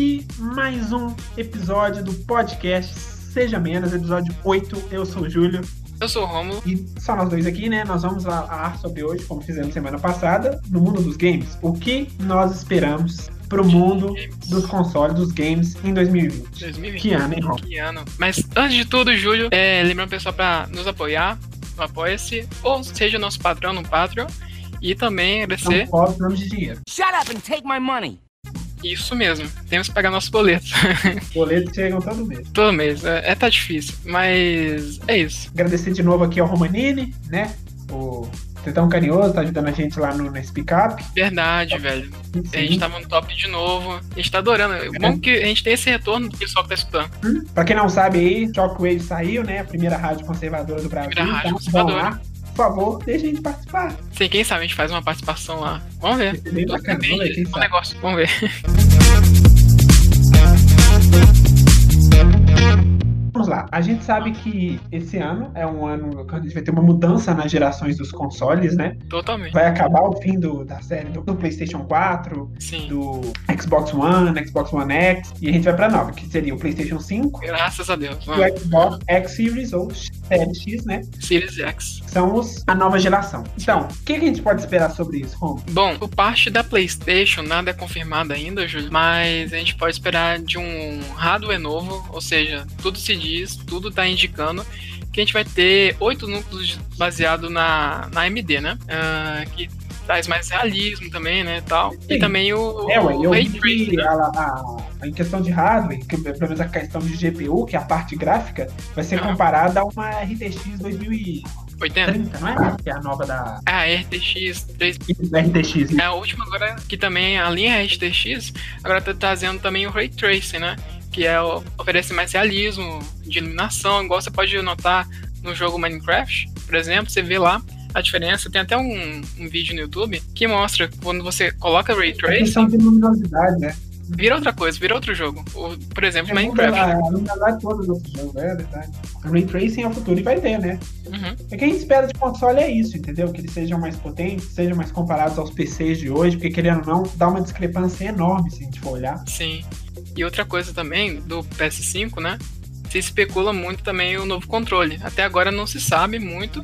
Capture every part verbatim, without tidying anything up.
aqui mais um episódio do podcast Seja Menos, episódio oito. Eu sou o Júlio. Eu sou o Rômulo. E só nós dois aqui, né? Nós vamos falar sobre hoje, como fizemos semana passada, no mundo dos games. O que nós esperamos pro mundo dos consoles, dos games em dois mil e vinte. dois mil e vinte. Que ano, hein, Rom? Que ano. Mas antes de tudo, Júlio, é, lembrando o pessoal pra nos apoiar no Apoia-se, ou seja, nosso patrão no Patreon. E também agradecer. Não pobre nome de dinheiro. Shut up and take my money. Isso mesmo, temos que pagar nossos boletos. Boletos chegam todo mês. Todo mês, é, é tá difícil, mas é isso. Agradecer de novo aqui ao Romanini, né? O Você tão carinhoso, tá ajudando a gente lá no, no Speak Up. Verdade, velho. Sim. A gente tava no top de novo. A gente tá adorando. É bom que a gente tem esse retorno do pessoal que tá escutando. Hum, pra quem não sabe aí, Shockwave saiu, né? A primeira rádio conservadora do Brasil. Primeira rádio então, conservadora. Vamos lá. Por favor, deixa a gente participar. Sim, quem sabe a gente faz uma participação lá. Vamos ver. Vai ser bem bacana, vamos ver, quem um sabe. negócio, vamos ver. Vamos lá, a gente sabe que esse ano é um ano que a gente vai ter uma mudança nas gerações dos consoles, né? Totalmente. Vai acabar o fim do, da série do, do PlayStation quatro, Sim. do Xbox One, Xbox One X, e a gente vai pra nova, que seria o PlayStation cinco, Graças a Deus. e Vamos. o Xbox X Series ou Série X, né? Series X. São os, a nova geração. Então, o que, que a gente pode esperar sobre isso, Rom? Bom, por parte da PlayStation, nada é confirmado ainda, Júlio, mas a gente pode esperar de um hardware novo, ou seja, tudo se diz, tudo tá indicando que a gente vai ter oito núcleos baseados na, na A M D, né? Uh, que traz mais realismo também, né, tal. E também o, É, ué, o eu Ray vi Tracing, que né? a, a, a, em questão de hardware, que, pelo menos a questão de G P U, que é a parte gráfica, vai ser Aham. comparada a uma R T X dois mil e oitenta? trinta, não é? Que é a nova da Ah, R T X três. R T X. É a última agora, que também a linha R T X, agora tá trazendo também o Ray Tracing, né? Que é, o- oferece mais realismo de iluminação, igual você pode notar no jogo Minecraft, por exemplo, você vê lá a diferença. Tem até um, um vídeo no YouTube que mostra quando você coloca Ray É questão Tracing, de luminosidade, né? vira outra coisa, vira outro jogo. O- por exemplo, É, Minecraft. A luminosidade toda do outro jogo, é verdade. O Ray Tracing é o futuro e vai ter, né? Uhum. O que a gente espera de console é isso, entendeu? Que eles sejam mais potentes, sejam mais comparados aos P Cs de hoje, porque querendo ou não, dá uma discrepância enorme se a gente for olhar. Sim. E outra coisa também do P S cinco, né? Se especula muito também o novo controle. Até agora não se sabe muito,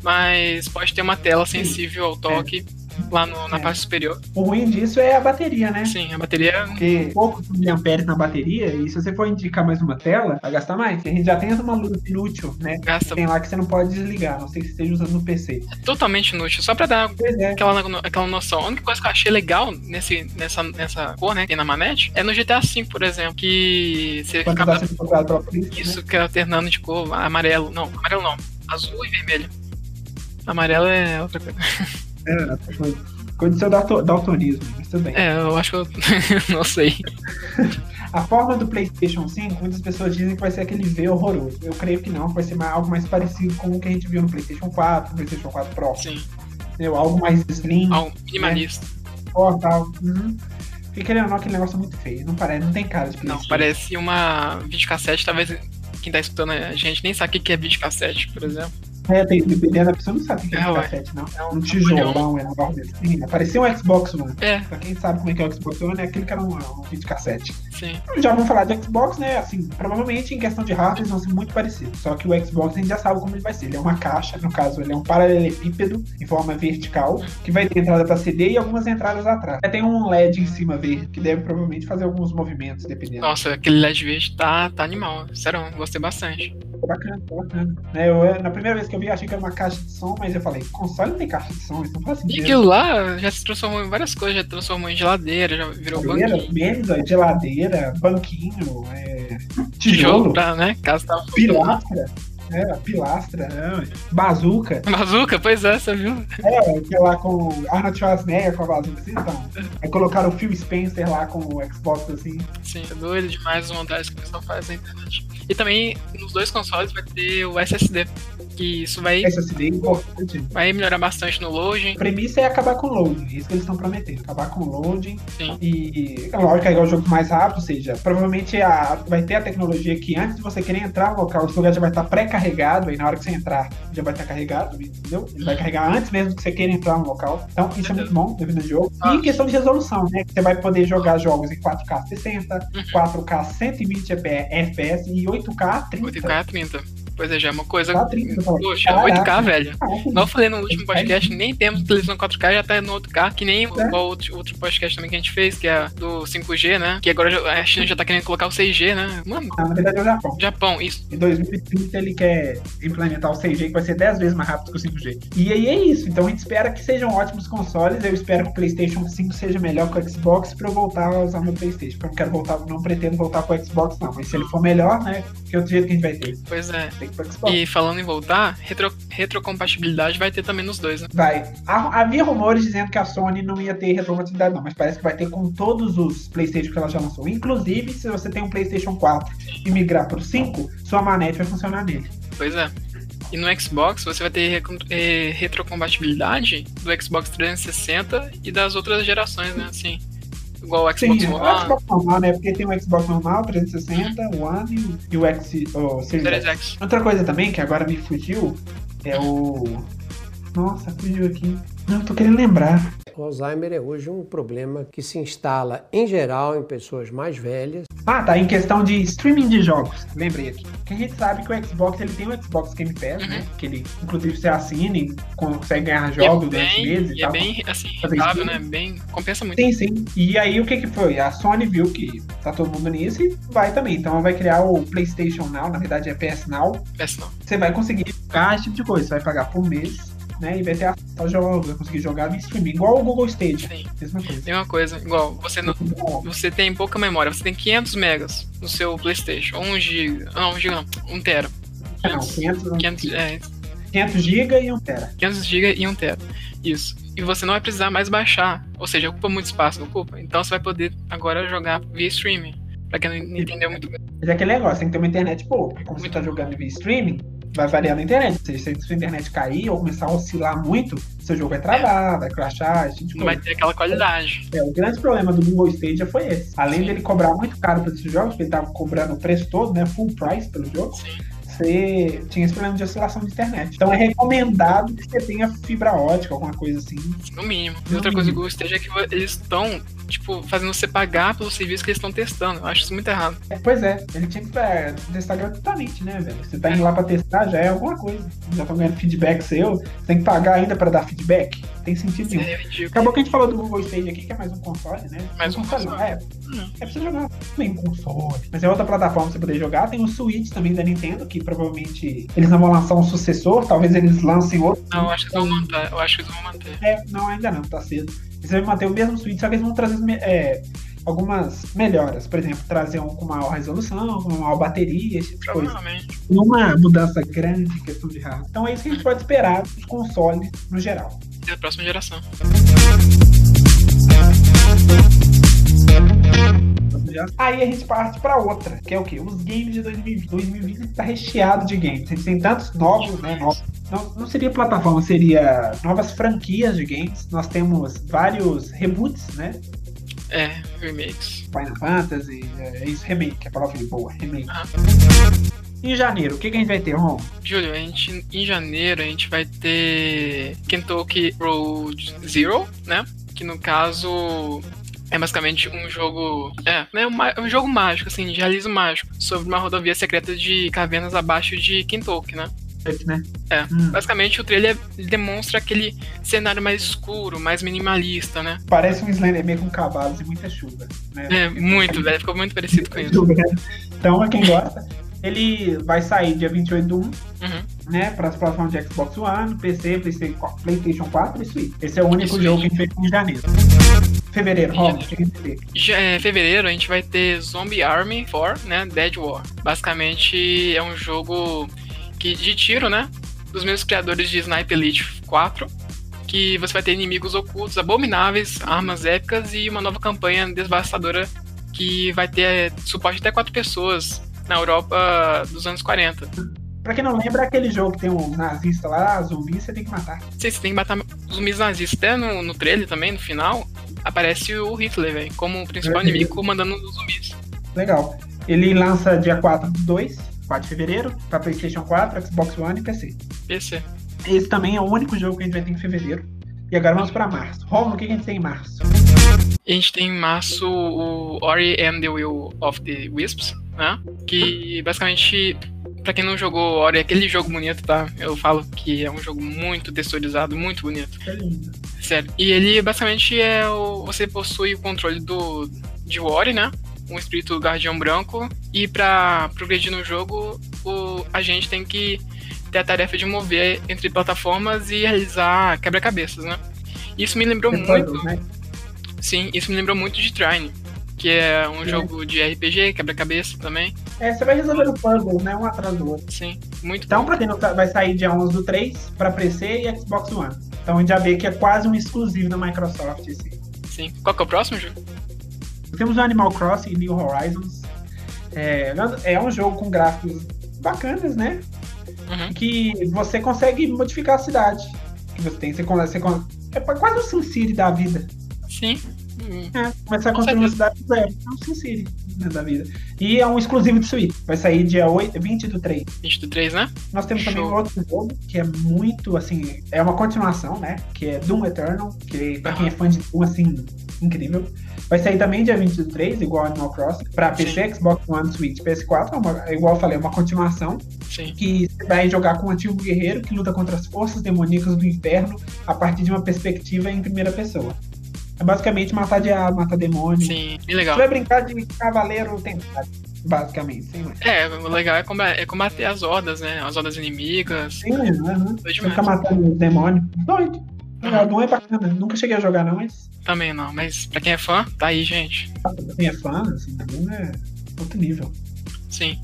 mas pode ter uma tela sensível ao toque lá no- na É. parte superior. O ruim disso é a bateria, né? Sim, a bateria. Porque poucos miliamperes na bateria, e se você for indicar mais uma tela, vai gastar mais. Porque a gente já tem uma luz inútil, né? Gasta Tem lá que você não pode desligar, não sei se esteja usando no P C. totalmente inútil, só pra dar Pois é. aquela, aquela noção. A única coisa que eu achei legal nesse, nessa, nessa cor, né, que tem na manete, é no G T A V, por exemplo, que você Quando ficava está sendo comprado pela polícia, isso né? que é alternando de cor, amarelo, não, amarelo não, azul e vermelho. Amarelo é outra coisa. É, foi coisa do seu dalto- daltonismo, mas tudo bem. É, eu acho que eu não sei. A forma do PlayStation cinco, muitas pessoas dizem que vai ser aquele V horroroso. Eu creio que não, que vai ser mais- algo mais parecido com o que a gente viu no PlayStation quatro, no PlayStation quatro Pro. Sim, Entendeu? Algo mais slim, ao minimalista. ó, tal. Uhum. Porque querendo ou não, aquele negócio é muito feio. Não parece, não tem cara de Não, PlayStation. parece uma videocassete, talvez quem tá escutando a gente nem sabe o que é videocassete, por exemplo. É, tem, dependendo da pessoa, não sabe o que é É, um ué. cassete, não. É Um tijolão, é um negócio desse. Parecia um Xbox One. É, Pra quem sabe como é que é o Xbox One, é aquele que era um, um videocassete. sim. Já vamos falar de Xbox, né? Assim, provavelmente em questão de hardware eles vão ser muito parecidos. Só que o Xbox a gente já sabe como ele vai ser. Ele é uma caixa, no caso, ele é um paralelepípedo em forma vertical, que vai ter entrada pra C D e algumas entradas atrás. Tem um L E D em cima verde, que deve provavelmente fazer alguns movimentos, dependendo. Nossa, aquele L E D verde tá, tá animal. Sério, gostei bastante. Ficou bacana, ficou bacana. Né, eu, na primeira vez que eu vi, achei que era uma caixa de som, mas eu falei, console não tem caixa de som, isso não faz E sentido. aquilo lá já se transformou em várias coisas, já transformou em geladeira, já virou Geladeira, banquinho. mesa, geladeira, banquinho, é, Tijolo tijolo, pra, né? Caso tava pilastra, é, pilastra, é, bazuca. Bazuca, pois é, você viu? É, que é lá com Arnold Schwarzenegger com a bazuca assim, então. Aí colocaram o Phil Spencer lá com o Xbox assim. Sim, é doido demais as montagens que o pessoal faz na internet. E também nos dois consoles vai ter o S S D, que isso vai, S S D importante. vai melhorar bastante no loading. A premissa é acabar com o loading, é isso que eles estão prometendo, acabar com o loading. Sim. E é lógico, é o jogo mais rápido, ou seja, provavelmente a, vai ter a tecnologia que antes de você querer entrar no local, o seu lugar já vai estar pré pré-carregado, aí na hora que você entrar, já vai estar carregado, entendeu? Ele vai carregar antes mesmo que você queira entrar no local. Então, isso é muito bom, devido ao jogo. E em questão de resolução, né? Você vai poder jogar jogos em quatro K sessenta, quatro K cento e vinte F P S e oito K trinta. oito K trinta. Pois é, já é uma coisa. trinta, Poxa, caraca. oito K, velho. Caraca. Igual eu falei no último podcast, nem temos televisão quatro K, já tá no oito K, que nem É. o outro, outro podcast também que a gente fez, que é do cinco G, né? Que agora já- a China já tá querendo colocar o seis G, né? Mano, Não, na verdade é o Japão. Japão, isso. Em dois mil e trinta ele quer implementar o seis G, que vai ser dez vezes mais rápido que o cinco G. E aí é isso. Então a gente espera que sejam ótimos consoles. Eu espero que o PlayStation cinco seja melhor que o Xbox pra eu voltar a usar meu PlayStation. Porque eu não quero voltar, não pretendo voltar pro Xbox, não. Mas se ele for melhor, né? Que é outro jeito que a gente vai ter. Pois é. Tem que ir pro Xbox. E falando em voltar, retro, retrocompatibilidade vai ter também nos dois, né? Vai. Ha- Havia rumores dizendo que a Sony não ia ter retrocompatibilidade, não, mas parece que vai ter com todos os PlayStation que ela já lançou. Inclusive, se você tem um PlayStation quatro e migrar pro cinco, sua manete vai funcionar nele. Pois é. E no Xbox você vai ter recon- eh, retrocompatibilidade do Xbox trezentos e sessenta e das outras gerações, né? Assim, igual o Sim, Xbox o One, Xbox normal, né? Porque tem o Xbox normal, trezentos e sessenta, o One e o- e o X, o Series Series X. X. Outra coisa também, que agora me fugiu, é o... Nossa, fugiu aqui. Não, tô querendo lembrar. O Alzheimer é hoje um problema que se instala, em geral, em pessoas mais velhas. Ah, tá, em questão de streaming de jogos, lembrei aqui. Que a gente sabe que o Xbox, ele tem o Xbox Game Pass, Uhum. né? Que ele, inclusive, você assina e consegue ganhar E é jogos durante bem, meses e e é tal. bem assim, Fazer rentável, streaming. né? Bem, compensa muito. Sim, sim. E aí, o que que foi? A Sony viu que tá todo mundo nisso e vai também. Então, ela vai criar o PlayStation Now, na verdade é P S Now. Peço não. Você vai conseguir jogar esse tipo de coisa. Você vai pagar por mês, né? E vai ter acesso aos jogos, vai conseguir jogar no streaming. Igual o Google Stadia. Sim. Mesma coisa. Tem uma coisa, igual, você não. Você tem pouca memória, você tem quinhentos megas no seu PlayStation, um giga, não, um giga não, um tera. Não, quinhentos, quinhentos, é, quinhentos giga e um tera. quinhentos giga e um tera. Isso. E você não vai precisar mais baixar, ou seja, ocupa muito espaço, não ocupa? Então você vai poder agora jogar via streaming. Pra quem não entendeu muito bem. Mas é aquele negócio, tem que ter uma internet boa. Porque como você tá jogando via streaming, vai variar na internet. Ou seja, se a sua internet cair ou começar a oscilar muito, seu jogo vai travar, vai crashar, esse tipo de Não vai coisa. ter aquela qualidade. É, o grande problema do Google Stadia foi esse. Além dele cobrar muito caro por esses jogos, porque ele tava cobrando o preço todo, né? Full price pelo jogo. Sim. Você tinha esse problema de oscilação de internet. Então é recomendado que você tenha fibra ótica, alguma coisa assim. No mínimo. E No outra coisa do mínimo. Google Stadia é que eles estão, tipo, fazendo você pagar pelo serviço que eles estão testando. Eu acho isso muito errado. É, pois é, ele tinha que é, testar gratuitamente, né, velho? Você tá indo lá pra testar, já é alguma coisa. Já estão ganhando feedback seu, você tem que pagar ainda pra dar feedback. Tem sentido Isso nenhum. é ridículo. Acabou que a gente falou do Google Stadia aqui, que é mais um console, né? Mais um console. não, É, Hum. é pra você jogar também um console. Mas é outra plataforma pra você poder jogar. Tem o Switch também da Nintendo, que provavelmente eles não vão lançar um sucessor, talvez eles lancem outro. Não, eu acho que eles vão manter. Eu acho que eles vão manter. É, não, ainda não, tá cedo. Eles vão manter o mesmo Switch, só que eles vão trazer é, algumas melhoras. Por exemplo, trazer um com maior resolução, com maior bateria, esse tipo de coisa. Provavelmente. Uma mudança grande em questão de hardware. Então é isso que a gente pode esperar dos consoles no geral. E da próxima geração. Aí a gente parte pra outra, que é o quê? Os games de dois mil e vinte. dois mil e vinte tá recheado de games. A gente tem tantos novos, né? Novos. Não, não seria plataforma, seria novas franquias de games. Nós temos vários reboots, né? É, remakes. Final Fantasy, é isso, remake, a palavra foi boa, remake. Aham. Em janeiro, o que, que a gente vai ter, Ron? Júlio, a gente, em janeiro a gente vai ter Kentucky Road Zero, né? Que no caso é basicamente um jogo. É, né, um, ma- um jogo mágico, assim, de realismo mágico, sobre uma rodovia secreta de cavernas abaixo de Kentucky, né? Né? É, Hum. basicamente o trailer demonstra aquele cenário mais escuro, mais minimalista, né? Parece um Slenderman com cavalos e muita chuva, né? É, muito, velho, ficou muito parecido com isso. Então, pra quem gosta, ele vai sair dia vinte e oito do um, Uhum. né? Para as plataformas de Xbox One, P C, PlayStation PlayStation quatro e Switch. Esse é o único Switch. jogo que a gente fez em janeiro. Fevereiro, Em Ron, janeiro. o que a gente vê? Já, é, fevereiro a gente vai ter Zombie Army quatro, né? Dead War. Basicamente é um jogo que, de tiro, né? Dos mesmos criadores de Sniper Elite quatro. Que você vai ter inimigos ocultos, abomináveis, armas épicas e uma nova campanha devastadora que vai ter é, suporte até quatro pessoas na Europa dos anos quarenta. Pra quem não lembra, é aquele jogo que tem um nazista lá, zumbi, você tem que matar. Não sei se tem que matar zumbis nazistas. Até no, no trailer também, no final, aparece o Hitler, velho, como o principal É. inimigo comandando os zumbis. Legal. Ele lança dia quatro do dois, quatro de fevereiro, para PlayStation quatro, Xbox One e P C. P C. Esse também é o único jogo que a gente vai ter em fevereiro. E agora vamos para março. Romulo, o que a gente tem em março? A gente tem em março o Ori and the Will of the Wisps, né? Que basicamente, pra quem não jogou Ori, é aquele jogo bonito, tá? Eu falo que é um jogo muito texturizado, muito bonito. É lindo. Sério. E ele basicamente é o. Você possui o controle do. De Ori, né? Um espírito guardião branco. E pra progredir no jogo, o, a gente tem que ter a tarefa de mover entre plataformas e realizar quebra-cabeças, né? Isso me lembrou Tem muito. puzzle, né? Sim, isso me lembrou muito de Trine, que é um é. jogo de R P G, quebra-cabeça também. É, você vai resolver o puzzle, né? Um atrás do outro. Sim, muito Então, bom. pra quem não sabe, vai sair dia onze do três pra P C e Xbox One. Então a gente já vê que é quase um exclusivo da Microsoft. Assim. Sim. Qual que é o próximo jogo? Temos o Animal Crossing New Horizons. É, é um jogo com gráficos bacanas, né? Uhum. Que você consegue modificar a cidade que você tem. Você, você, é quase um SimCity da vida. Sim. Hum. É, começar a construir uma cidade zero. É um SimCity, né, da vida. E é um exclusivo de Switch. Vai sair dia oito, vinte do três. vinte do três, né? Nós temos Show. também um outro jogo que é muito, assim, é uma continuação, né? Que é Doom Eternal, que pra quem é fã de Doom, assim, incrível. Vai sair também dia vinte do três, igual Animal Crossing, pra P C, Sim. Xbox One, Switch, P S quatro. É uma, igual eu falei, é uma continuação. Sim. Que você vai jogar com um antigo guerreiro que luta contra as forças demoníacas do inferno a partir de uma perspectiva em primeira pessoa. É basicamente matar diabo, matar demônio. Sim, que legal. Você vai brincar de cavaleiro tentado, basicamente. Sim, é, o legal é combater, é combater as hordas, né? As hordas inimigas. Sim, uhum. Você fica matando o demônio. Doido. Legal, não é bacana. Nunca cheguei a jogar, não, mas. Também não, mas pra quem é fã, tá aí, gente. Pra quem é fã, assim, Doom é outro nível. Sim.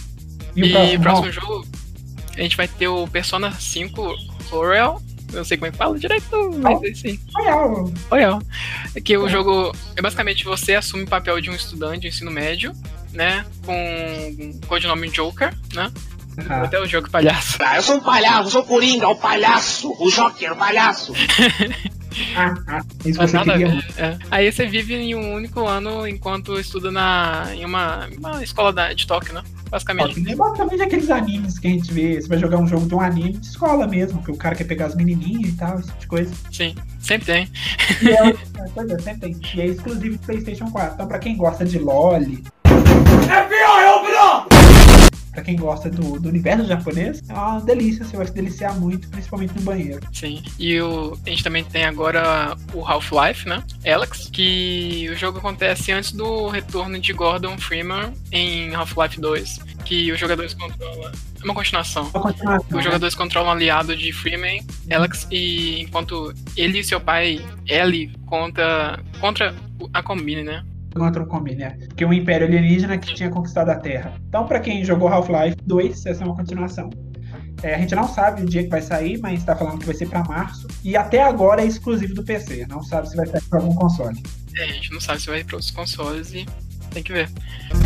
E o e próximo, próximo jogo, a gente vai ter o Persona cinco Royal. Eu não sei como é que fala direito, mas é assim. Royal. Royal. Que o jogo é basicamente você assume o papel de um estudante de ensino médio, né? Com o codinome Joker, né? Ah. Até o jogo palhaço. Ah, eu sou um palhaço, eu sou o Coringa, o palhaço, o Joker, o palhaço. ah, ah, isso você queria. É. Aí você vive em um único ano enquanto estuda na, em uma, uma escola da, de Tóquio, né? Basicamente. É basicamente aqueles animes que a gente vê. Você vai jogar um jogo de um anime de escola mesmo, que o cara quer pegar as menininhas e tal, esse tipo de coisa. Sim, sempre tem. E é, pois é, sempre tem. E é exclusivo de PlayStation quatro. Então, pra quem gosta de LOL. F B I, open up! Pra quem gosta do, do universo japonês, é uma delícia, você vai se deliciar muito, principalmente no banheiro. Sim, e o, a gente também tem agora o Half-Life, né? Alyx, que o jogo acontece antes do retorno de Gordon Freeman em Half-Life dois, que os jogadores controlam. É uma continuação. Uma continuação os né? jogadores controlam um aliado de Freeman, Alyx, e enquanto ele e seu pai, Ellie, contra, contra a Combine, né? Contra o Combine, né? Porque o Império Alienígena que tinha conquistado a Terra. Então, pra quem jogou Half-Life dois, essa é uma continuação. É, a gente não sabe o dia que vai sair, mas tá falando que vai ser pra março. E até agora é exclusivo do P C. Não sabe se vai sair pra algum console. É, a gente não sabe se vai ir para outros consoles e tem que ver.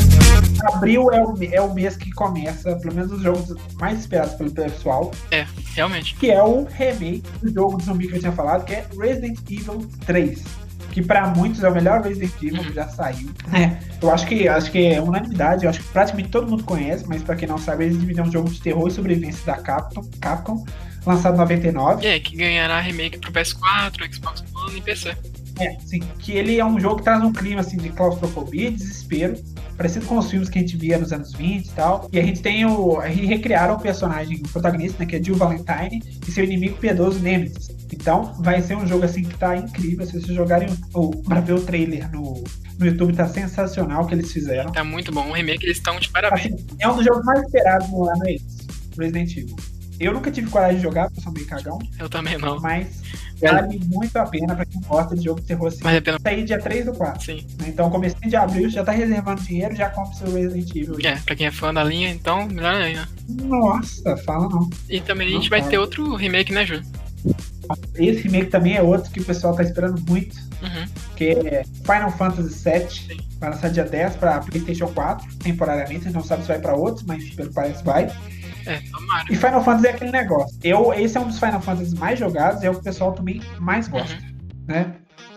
Abril é o, é o mês que começa, pelo menos os jogos mais esperados pelo pessoal. É, realmente. Que é o remake do jogo de zumbi que eu tinha falado, que é Resident Evil três. Que pra muitos é o melhor Resident Evil que já saiu. É, eu acho que, acho que é unanimidade, eu acho que praticamente todo mundo conhece, mas pra quem não sabe, Resident Evil é um jogo de terror e sobrevivência da Capcom, Capcom lançado em noventa e nove. É, que ganhará remake pro P S quatro, Xbox One e P C. É, sim, que ele é um jogo que traz um clima assim, de claustrofobia e desespero, parecido com os filmes que a gente via nos anos vinte e tal. E a gente tem o. A gente recriaram o personagem o protagonista, né, que é Jill Valentine, e seu inimigo piedoso Nemesis. Então, vai ser um jogo assim que tá incrível. Se vocês jogarem o, pra ver o trailer no, no YouTube, tá sensacional o que eles fizeram. Tá muito bom. O remake eles estão de parabéns. Assim, é um dos jogos mais esperados no ano, é esse, Resident Evil. Eu nunca tive coragem de jogar, porque eu sou meio cagão. Eu também não. Mas vale muito a pena pra quem gosta de jogo de terror assim. Vale a pena. Sair dia três do quatro. Sim. Então, comecinho de abril, já tá reservando dinheiro, já compra seu Resident Evil. É, pra quem é fã da linha, então, melhor ainda. Nossa, fala não. E também não a gente vai fala. ter outro remake, né, Ju? Esse remake também é outro que o pessoal tá esperando muito. Uhum. Que é Final Fantasy sete. Sim. Vai lançar dia dez pra PlayStation quatro, temporariamente. A gente não sabe se vai pra outros, mas pelo parece vai. É, tomara. E Final Fantasy é aquele negócio. Eu, esse é um dos Final Fantasy mais jogados, é o que o pessoal também mais gosta, uhum. né?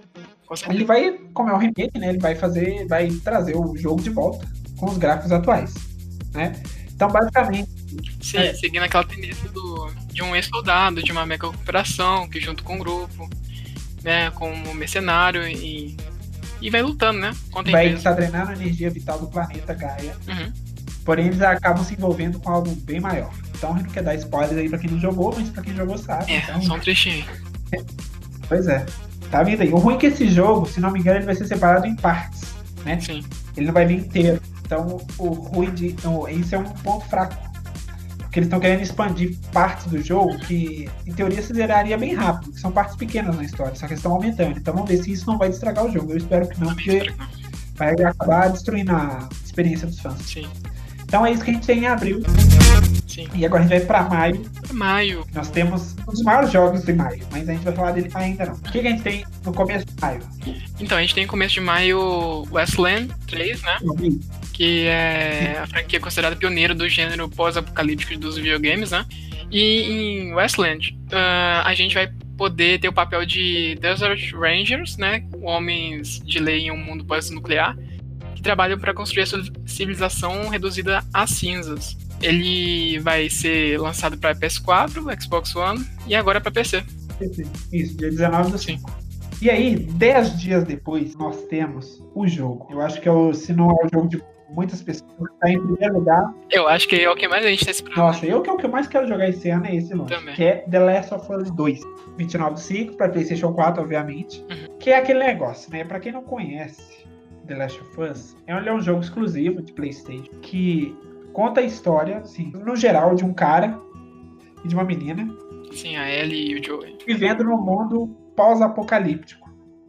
Ele vai, como é o remake, né? Ele vai fazer, vai trazer o jogo de volta com os gráficos atuais, né? Então, basicamente... Sim, é. seguindo aquela tendência do, de um ex-soldado, de uma mega operação, que junto com um grupo, né, como mercenário, e, e vai lutando, né, contra a Vai empresa. estar treinando a energia vital do planeta Gaia. Uhum. Porém, eles acabam se envolvendo com algo bem maior. Então, a gente não quer dar spoilers aí pra quem não jogou, mas pra quem jogou sabe. É, Então... só um trechinho aí. Pois é. Tá vendo aí? O ruim é que esse jogo, se não me engano, ele vai ser separado em partes, né? Sim. Ele não vai vir inteiro. Então, o ruim de... Não, esse é um ponto fraco. Porque eles estão querendo expandir partes do jogo que, em teoria, se zeraria bem rápido. Que são partes pequenas na história, só que eles estão aumentando. Então, vamos ver se isso não vai estragar o jogo. Eu espero que não, porque vai acabar destruindo a experiência dos fãs. Sim. Então, é isso que a gente tem em abril. Sim. E agora a gente vai pra maio. Maio. Nós temos um dos maiores jogos de maio, mas a gente vai falar dele ainda não. O que, que a gente tem no começo de maio? Então, a gente tem no começo de maio Wasteland três, né? Uhum. Que é a franquia considerada pioneira do gênero pós-apocalíptico dos videogames, né? E em Wasteland, uh, a gente vai poder ter o papel de Desert Rangers, né? Homens de lei em um mundo pós-nuclear, que trabalham para construir a sua civilização reduzida a cinzas. Ele vai ser lançado para P S quatro, Xbox One e agora para P C. Isso, dia dezenove do cinco. E aí, dez dias depois, nós temos o jogo. Eu acho que é o, se não é o jogo de muitas pessoas, está em primeiro lugar. Eu acho que é o que mais a gente está esperando. Nossa, eu que é o que eu mais quero jogar esse ano é esse longe, Também. que é The Last of Us dois. vinte e nove do cinco, para PlayStation quatro, obviamente. Uhum. Que é aquele negócio, né? Para quem não conhece The Last of Us, é um, é um jogo exclusivo de PlayStation que conta a história, assim, no geral, de um cara e de uma menina. Sim, a Ellie e o Joey. Vivendo num mundo pós-apocalíptico,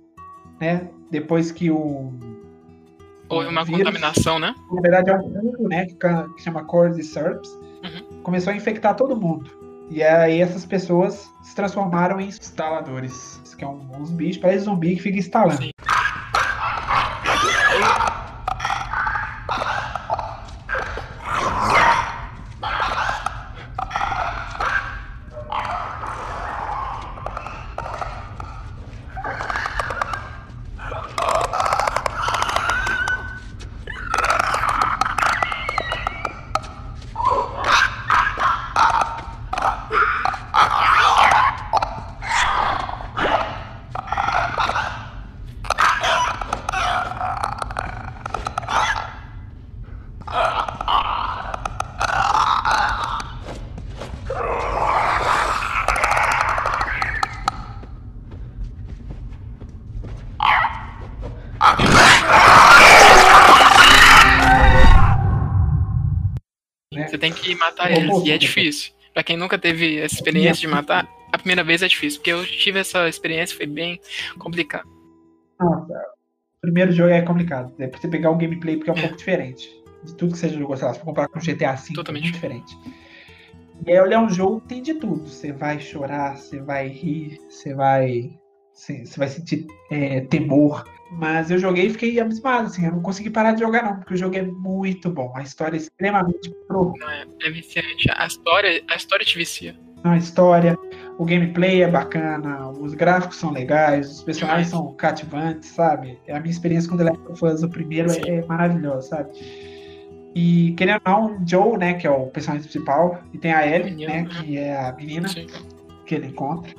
né? Depois que o... Houve uma vírus, contaminação, né? Na verdade é um fungo, né? Que, que chama Cordyceps. Uhum. Começou a infectar todo mundo. E aí essas pessoas se transformaram em instaladores. Que é um, uns bichos, parece zumbi que fica instalando. Sim. Você tem que matar Eu eles, vou- e é difícil. Pra quem nunca teve essa experiência de matar, a primeira vez é difícil, porque eu tive essa experiência, foi bem complicado. Nossa, o primeiro jogo é complicado. É pra você pegar o gameplay porque é um É. pouco diferente. De tudo que você jogou, sei lá, se for comparar com o G T A cinco, Totalmente é muito diferente. E aí ele é um jogo que tem de tudo. Você vai chorar, você vai rir, você vai. Você você vai sentir é, temor. Mas eu joguei e fiquei abismado, assim. Eu não consegui parar de jogar, não, porque o jogo é muito bom. A história é extremamente profunda. Não é, é viciante. A história, a história te vicia. A história, o gameplay é bacana, os gráficos são legais, os personagens Demais. são cativantes, sabe? A minha experiência com The Last of Us, o primeiro, Sim. é, é maravilhosa, sabe? E querendo ou não, o Joe, né, que é o personagem principal, e tem a Ellie, Menina, né, né? que é a menina Sim. que ele encontra.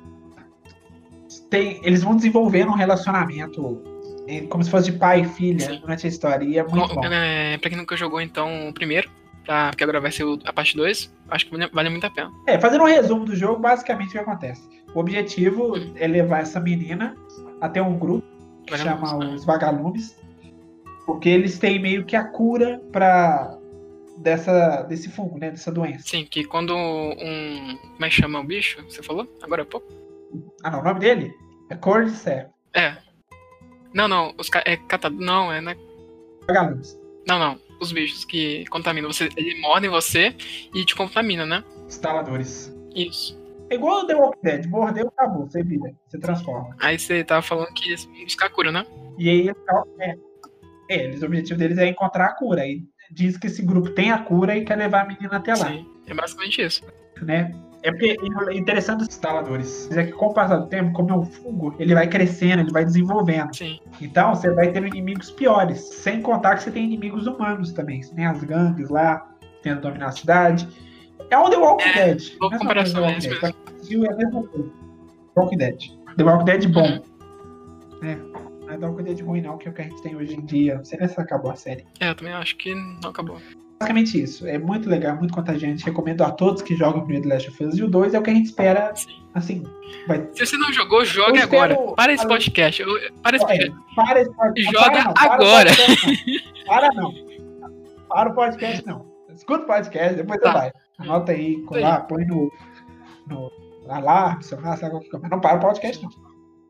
Tem, eles vão desenvolvendo um relacionamento eh, como se fosse de pai e filha Sim. durante a história, e é muito bom. É, pra quem nunca jogou, então, o primeiro, pra, porque agora vai ser o- a parte dois, acho que vale, vale muito a pena. É, fazendo um resumo do jogo, basicamente o que acontece. O objetivo Hum. é levar essa menina até um grupo que Vagalumes, chama né? os Vagalumes, porque eles têm meio que a cura pra dessa, desse fungo, né, dessa doença. Sim, que quando um... Como é que chama o bicho? Você falou? Agora há pouco? Ah, não, o nome dele é Cordyceps, É. Não, não, os ca... é catado. Não, é, né? Vagalumes. Não, não. Os bichos que contaminam você. Ele morde em você e te contamina, né? Instaladores. Isso. É igual o The Walking Dead, mordeu, acabou, você vira, você transforma. Aí você tava falando que eles vão buscar a cura, né? E aí, é, é, eles, o objetivo deles é encontrar a cura, e diz que esse grupo tem a cura e quer levar a menina até lá, Sim. É basicamente isso. né? É porque é interessante os instaladores. É que com o passar do tempo, como é um fungo, ele vai crescendo, ele vai desenvolvendo. Sim. Então você vai tendo inimigos piores. Sem contar que você tem inimigos humanos também. Você tem as gangues lá, tenta dominar a cidade. É o The Walking É, Dead. boa Mesma comparação, coisa do é isso Walking Dead. Pra quem assistiu, é a mesma coisa. The Walking Dead. The Walking Dead bom. Uhum. É, não é The Walking Dead ruim não, que é o que a gente tem hoje em dia. Não sei nem se acabou a série. É, eu também acho que não acabou. Basicamente isso. É muito legal, muito contagiante. Recomendo a todos que jogam o primeiro The Last of Us. E o dois é o que a gente espera, Sim. assim, vai... Se você não jogou, jogue Eu espero- agora. Para esse podcast. Eu- Para esse É, podcast. para esse podcast. Joga Para não, para o agora. podcast não. Para não. Para o podcast não. Escuta o podcast, depois Tá. você vai. Anota aí, Isso aí. lá, põe no, no alarme, celular, sabe qualquer coisa. Mas não para o podcast não.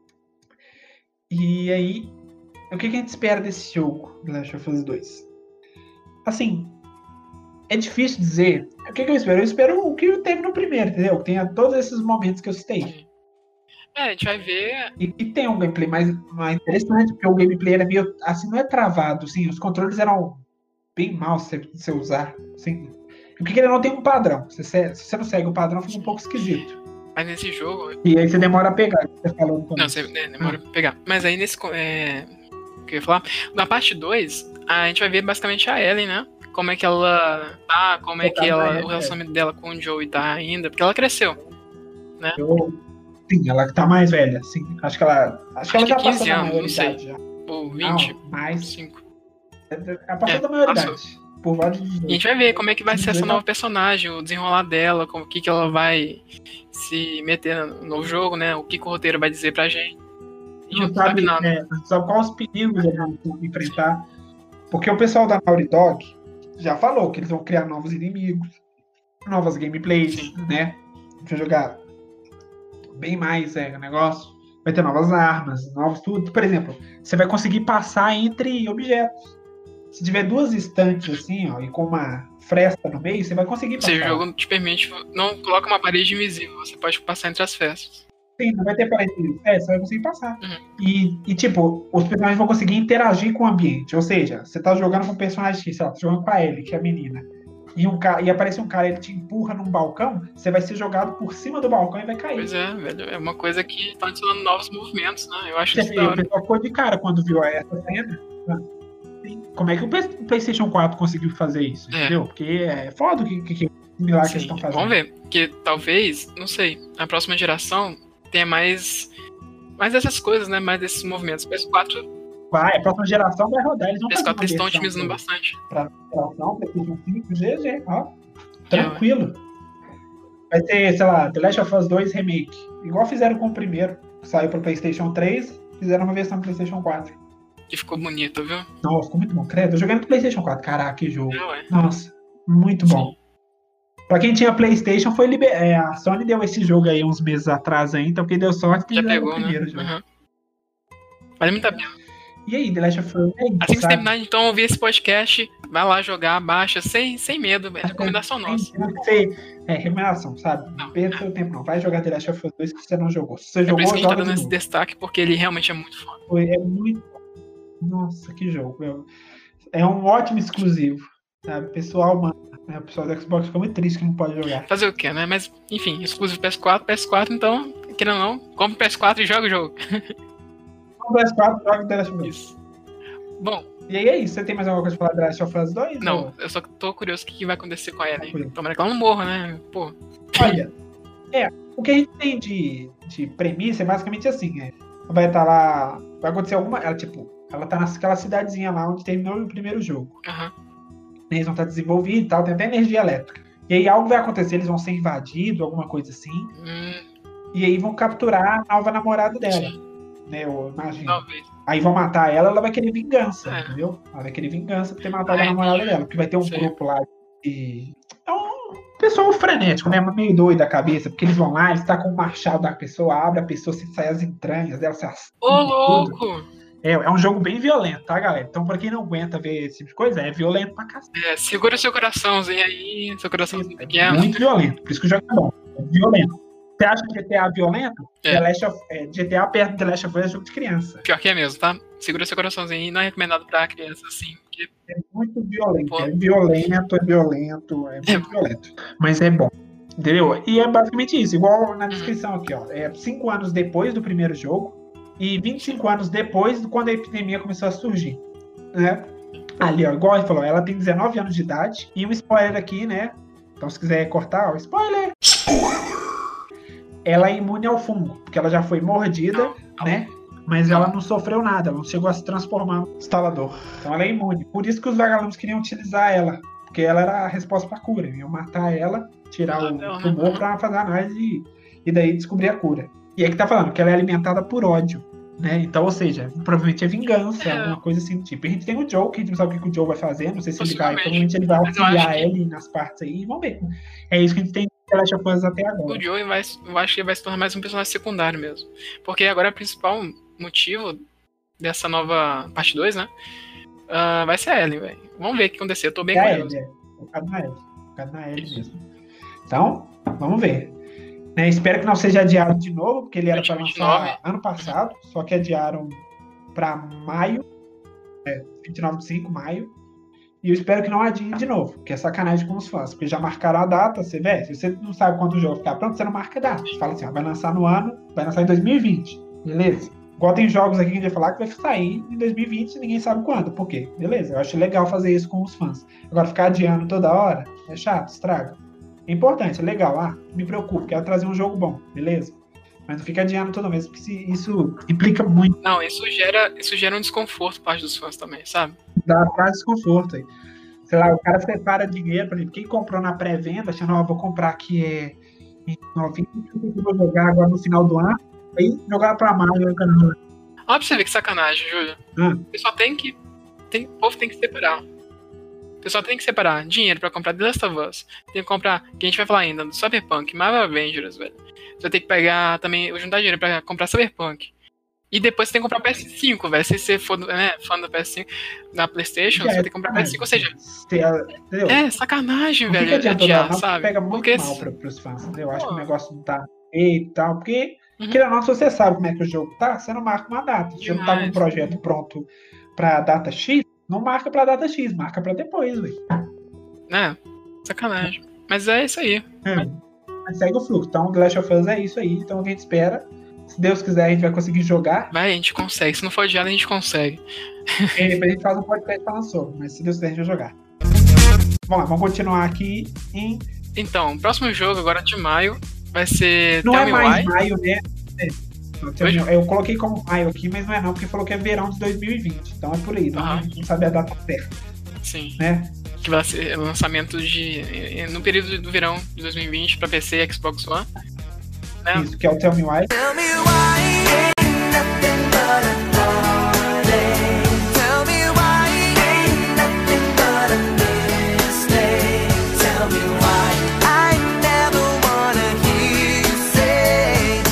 E aí, o que que a gente espera desse jogo, The Last of Us dois? Assim, é difícil dizer. O que que eu espero? Eu espero o que teve no primeiro, entendeu? Que tenha todos esses momentos que eu citei. É, a gente vai ver. E, e tem um gameplay mais, mais interessante, porque o gameplay era meio, assim, não é travado, assim, os controles eram bem mal de você usar, assim. Porque ele não tem um padrão. Se você, se você não segue o padrão, fica um pouco esquisito. Mas nesse jogo. E aí você demora a pegar, que você falou no Não, começo. você né, demora pra pegar. Mas aí nesse. co- É, o que eu ia falar? Na parte dois, a gente vai ver basicamente a Ellie, né? Como é que ela tá, como é que Focado na ela, Ellie, o relacionamento dela com o Joey tá ainda, porque ela cresceu. Eu, sim, ela que tá mais velha, assim. Acho que ela. Acho que ela Acho já que quinze passou da anos, não maioridade já. Ou vinte, Não, mais. cinco. Ela passou É, da maioridade. Por volta de E a dezoito. gente vai ver como é que vai ser essa dezoito. nova personagem, o desenrolar dela, como que, que ela vai se meter no novo jogo, né? O que, que o roteiro vai dizer pra gente. A gente Não sabe, nada. é, não sabe quais os perigos eles vão enfrentar. Porque o pessoal da Naughty Dog já falou que eles vão criar novos inimigos, novas gameplays, Sim. né? Vai jogar bem mais é, o negócio. Vai ter novas armas, novos tudo. Por exemplo, você vai conseguir passar entre objetos. Se tiver duas estantes assim, ó, e com uma fresta no meio, você vai conseguir Ou passar. seja, o jogo te permite, não coloca uma parede invisível, você pode passar entre as festas. Sim, não vai ter parede. É, você vai conseguir passar. Uhum. E, e, tipo, os personagens vão conseguir interagir com o ambiente. Ou seja, você tá jogando com um personagem X, sei lá, tá jogando com a Ellie, que é a menina. E, um ca... e aparece um cara, ele te empurra num balcão, você vai ser jogado por cima do balcão e vai cair. Pois é, velho, é uma coisa que tá adicionando novos movimentos, né? Eu acho Você isso da vê, o hora. pessoal ficou de cara quando viu essa cena. Sim. Como é que o Play- o PlayStation quatro conseguiu fazer isso? É. Entendeu? Porque é foda o que, que, que similar que eles Sim, estão fazendo. vamos ver, porque talvez, não sei, a próxima geração tenha mais, mais dessas coisas, né? Mais desses movimentos. P S quatro, Vai, a próxima geração vai rodar. Eles vão P S fazer quatro eles uma estão versão otimizando pro- bastante. pra geração, PlayStation cinco, G G, ó. Tranquilo. Vai ter, sei lá, The Last of Us dois Remake. Igual fizeram com o primeiro. Que saiu pro PlayStation três, fizeram uma versão pro PlayStation quatro. Que ficou bonito, viu? Nossa, ficou muito bom. Credo, eu joguei no PlayStation quatro. Caraca, que jogo. Não, é. Nossa, muito bom. Sim. Pra quem tinha PlayStation, foi liber... é, a Sony deu esse jogo aí uns meses atrás aí, então quem deu sorte que Já fizeram pegou, o primeiro né? jogo. Uhum. Vale muito a pena. E aí, The Last of Us é isso, Assim que você sabe? terminar, então, ouvir esse podcast, vai lá jogar, baixa, sem, sem medo, é recomendação nossa. Tem que ser é, recomendação, sabe? Não, Não perca seu tempo, não. Vai jogar The Last of Us dois que você não jogou. Se você É por jogou, isso que a gente tá joga dando de esse novo. destaque, porque ele realmente é muito foda. Foi, é muito. Nossa, que jogo. meu. É um ótimo exclusivo. Sabe? Pessoal, mano. né, O pessoal do Xbox ficou muito triste que não pode jogar. Fazer o quê, né? Mas, enfim, exclusivo P S quatro, P S quatro, então, querendo ou não, compre o P S quatro e joga o jogo. No P S quatro, joga The Last of Us. Isso. Bom, E aí é isso. Você tem mais alguma coisa pra falar de The Last of Us dois? não, Ou- eu só tô curioso o que que vai acontecer com a Ellie. Tranquilo. Tomara que ela não morra, né? Pô, Olha, é, o que a gente tem de, de premissa é basicamente assim, é, vai estar lá, vai acontecer alguma, ela tipo, ela tá naquela cidadezinha lá onde terminou o primeiro jogo. aham. Eles vão estar desenvolvidos e tal, tem até energia elétrica. E aí algo vai acontecer, eles vão ser invadidos, alguma coisa assim, Hum, e aí vão capturar a nova namorada dela, sim, né, eu imagino. talvez. Aí vão matar ela, ela vai querer vingança, É. entendeu? Ela vai querer vingança por ter matado Ah, a namorada entendi. dela, porque vai ter um Sei. grupo lá de... É um pessoal frenético, né? Meio doido da cabeça, porque eles vão lá, eles tacam o machado da pessoa, abre a pessoa, se sai as entranhas dela, se assusta, Ô, tudo. louco! É, é um jogo bem violento, tá, galera? Então, pra quem não aguenta ver esse tipo de coisa, é violento pra cacete. É, segura seu coraçãozinho aí, seu coraçãozinho É pequeno. muito violento, por isso que o jogo é bom. É violento. Você acha que G T A é violento? É. The Last of, é, G T A perto do The Last of Us é jogo de criança. Pior que é mesmo, tá? Segura seu coraçãozinho aí, não é recomendado pra criança, assim. Porque, É muito violento. Pô. É violento, é violento, é muito É. violento. Mas é bom. Entendeu? E é basicamente isso, igual Uhum. na descrição aqui, ó. É cinco anos depois do primeiro jogo e vinte e cinco anos depois de quando a epidemia começou a surgir. Né? Ali, ó, igual ele falou, ela tem dezenove anos de idade. E um spoiler aqui, né? Então, se quiser cortar, ó, spoiler! Ela é imune ao fungo, porque ela já foi mordida, Não, né? Mas ela não sofreu nada, ela não chegou a se transformar no instalador. Então ela é imune. Por isso que os vagalumes queriam utilizar ela, porque ela era a resposta pra cura. Iam matar ela, tirar o Não, tumor não. pra fazer análise e, e daí descobrir a cura. E aí que tá falando, que ela é alimentada por ódio. Né? Então, ou seja, provavelmente é vingança, É. alguma coisa assim do tipo. A gente tem o Joe, que a gente não sabe o que o Joe vai fazer, não sei se ele vai, Possivelmente. provavelmente ele vai Mas eu auxiliar acho que- ele nas partes aí, vamos ver. É isso que a gente tem de The Last of Us até agora. O Joey vai, eu acho que vai se tornar mais um personagem secundário mesmo. Porque agora o principal motivo dessa nova parte dois, né? ah, vai ser a Ellie, velho. Vamos ver o que acontecer. Eu tô bem É a curioso. Ellie, é. Focado na Ellie. Focado na Ellie mesmo. Então, vamos ver. Né, espero que não seja adiado de novo, porque ele era para vinte e nove. lançar ano passado, só que adiaram para maio, é, vinte e nove de cinco, maio. E eu espero que não adiem de novo, porque é sacanagem com os fãs, porque já marcaram a data, você vê, se você não sabe quando o jogo ficar pronto, você não marca a data. Você fala assim, ó, vai lançar no ano, vai lançar em dois mil e vinte, beleza? Igual tem jogos aqui que a gente vai falar que vai sair em dois mil e vinte e ninguém sabe quando, por quê? Beleza, eu acho legal fazer isso com os fãs. Agora, ficar adiando toda hora, é chato, estraga. É importante, é legal, ah, me preocupo, quero trazer um jogo bom, beleza? Mas não fica adiando toda vez, porque isso implica muito. Não, isso gera, isso gera um desconforto por parte dos fãs também, sabe? Dá mais desconforto aí. Sei lá, o cara separa dinheiro, por exemplo, quem comprou na pré-venda, achando, ó, vou comprar aqui é, em novinho, vou jogar agora no final do ano, aí jogar pra maio, eu quero... Olha pra você ver que sacanagem, Júlio. Ah. O pessoal tem que. Tem, o povo tem que separar. O pessoal tem que separar dinheiro pra comprar The Last of Us. Tem que comprar, que a gente vai falar ainda, do Cyberpunk, Marvel Avengers, velho. Você vai ter que pegar também, juntar dinheiro pra comprar Cyberpunk. E depois você tem que comprar P S cinco, velho. Se você for né, fã do P S cinco na PlayStation, É, você vai ter que comprar P S cinco. Ou seja, se ela- entendeu? é sacanagem, Não fica velho. adiantando, Adiar, não, sabe? pega muito Porque mal pra, pros fãs, entendeu? Eu acho Pô. que o negócio não tá feito e tal, porque, Uhum. querendo ou não, se você sabe como é que o jogo tá, você não marca uma data. Se você não tá com um Demais. projeto pronto pra data X, não marca pra data X, marca pra depois, velho. né? Sacanagem. Mas é isso aí. É, mas segue o fluxo. Então, The Last of Us é isso aí. Então, a gente espera. Se Deus quiser, a gente vai conseguir jogar. Vai, a gente consegue. Se não for adiado, a gente consegue. E depois a gente faz um podcast falando sobre. Mas se Deus quiser, a gente vai jogar. Vamos lá, vamos continuar aqui em... Então, o próximo jogo, agora de maio, vai ser Não Tell é Me mais Why. maio, né? É. Não, Tell Me Why. Eu coloquei como maio aqui, mas não é não, porque falou que é verão de dois mil e vinte. Então é por aí. Então Aham. a gente não sabe a data certa, Sim. né? Que vai ser lançamento de. No período do verão de dois mil e vinte pra P C e Xbox One. Né? Isso, que é o Tell Me Why. Tell me why ain't nothing but a heartache. Tell me why ain't nothing but a mistake. Tell me why I never wanna hear you say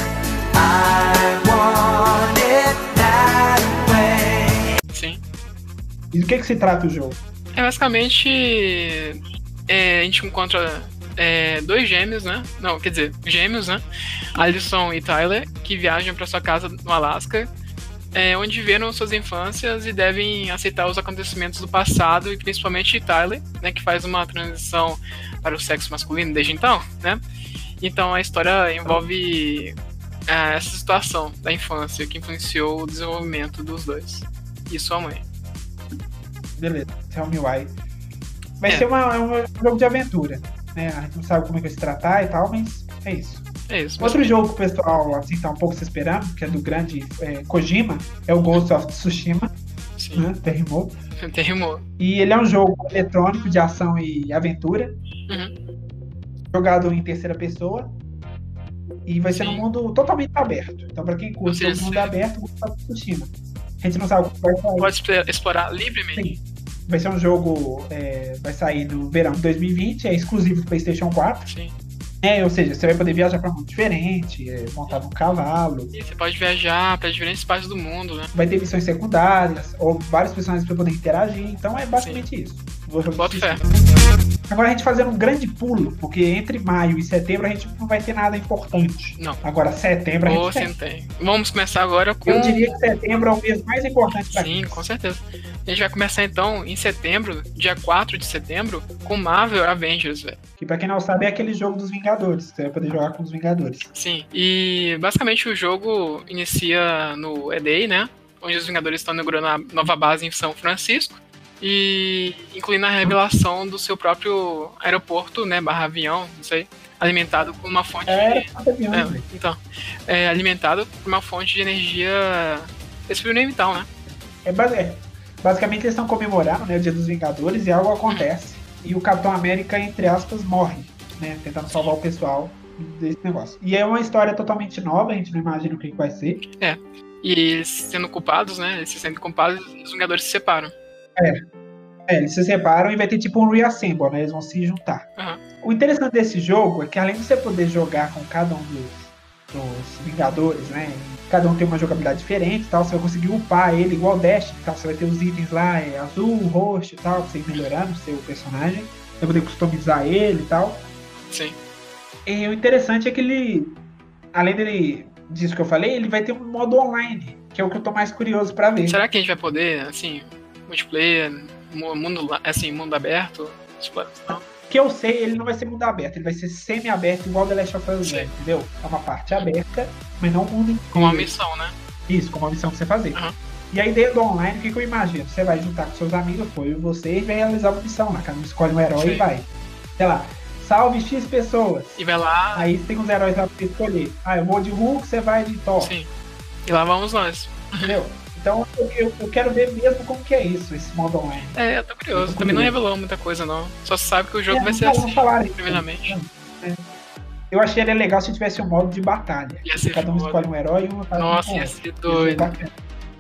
I want it that way. Sim. E do que que se trata o jogo? É basicamente. é, a gente encontra é, dois gêmeos, né? Não, quer dizer, gêmeos, né? Alison e Tyler, que viajam para sua casa no Alasca, é, onde viveram suas infâncias e devem aceitar os acontecimentos do passado, e principalmente Tyler, né? Que faz uma transição para o sexo masculino desde então, né? Então a história envolve é, essa situação da infância que influenciou o desenvolvimento dos dois e sua mãe. Beleza, Tell Me Why. Vai É. ser uma, é um jogo de aventura, né? A gente não sabe como é que vai se tratar e tal, mas é isso. É isso. Outro jogo que o pessoal assim, tá um pouco se esperando, que é do grande é, Kojima, é o Ghost of Tsushima, Sim, né? Terrimou. até rimou. E ele é um jogo eletrônico de ação e aventura, Uhum. jogado em terceira pessoa. E vai ser Sim. num mundo totalmente aberto. Então, pra quem curte Ou o seja, mundo se- aberto, Ghost of Tsushima. A gente não sabe o que vai sair. Pode explore- explorar livremente. Sim. Vai ser um jogo, é, vai sair no verão de dois mil e vinte, é exclusivo do PlayStation quatro. Sim. É, ou seja, você vai poder viajar pra mundo diferente, é, montar num cavalo. E você pode viajar para diferentes partes do mundo, né? Vai ter missões secundárias, ou vários personagens pra poder interagir. Então é basicamente isso. Vou Bota fé. Agora a gente fazendo um grande pulo, porque entre maio e setembro a gente não vai ter nada importante. Não. Agora, setembro a Ou gente você tem. tem. Vamos começar agora com. Eu diria que setembro é o mês mais importante pra Sim, mim. com certeza. A gente vai começar então em setembro, dia quatro de setembro, com Marvel Avengers, velho. Que pra quem não sabe é aquele jogo dos Vingadores. Você vai poder jogar com os Vingadores. Sim. E basicamente o jogo inicia no E-Day, né? Onde os Vingadores estão inaugurando a nova base em São Francisco. E incluindo a revelação do seu próprio aeroporto, né, barra avião, não sei, alimentado por uma fonte Era de... avião, É, velho. então, é alimentado por uma fonte de energia experimental, né? É, base- é. Basicamente eles estão comemorando, né, o Dia dos Vingadores e algo acontece. E o Capitão América, entre aspas, morre, né? Tentando salvar o pessoal desse negócio. E é uma história totalmente nova, a gente não imagina o que que vai ser. E eles sendo culpados, né? Eles se sendo culpados, os Vingadores se separam. É, eles se separam e vai ter tipo um reassemble, né? Eles vão se juntar. Aham. O interessante desse jogo é que além de você poder jogar com cada um dos, dos Vingadores, né? E cada um tem uma jogabilidade diferente e tal, você vai conseguir upar ele igual o Dash e tal. Você vai ter os itens lá, é, azul, roxo e tal, pra você ir melhorando o seu personagem. Você vai poder customizar ele e tal. Sim. E o interessante é que ele, além dele, disso que eu falei, ele vai ter um modo online, que é o que eu tô mais curioso pra ver. Será que a gente vai poder, assim, multiplayer, mu- mundo, la- assim, mundo aberto? Exploração? Que eu sei, ele não vai ser mundo aberto, ele vai ser semi-aberto igual The Last of Us, Sim. entendeu? É uma parte aberta, mas não o mundo inteiro. Com uma missão, né? Isso, com uma missão pra você fazer. Aham. E a ideia do online, o que, que eu imagino? Você vai juntar com seus amigos, pô, e você e vai realizar uma missão lá. Cada um escolhe um herói Sim. e vai. Sei lá, salve X pessoas. E vai lá, Aí você tem uns heróis lá pra você escolher. Ah, eu vou de Hulk, você vai de Thor. sim. E lá vamos nós. Entendeu? Então eu, eu- eu quero ver mesmo como que é isso, esse modo online. É, eu tô curioso. Eu tô Também não curioso. revelou muita coisa, não. Só se sabe que o jogo É, vai não ser falaram- assim, não falaram isso. primeiramente. É. Eu achei ele legal se tivesse um modo de batalha. Ia ser Cada um foda. escolhe um herói e um faz Nossa, um ia outro. ser Ia ser doido. bacana.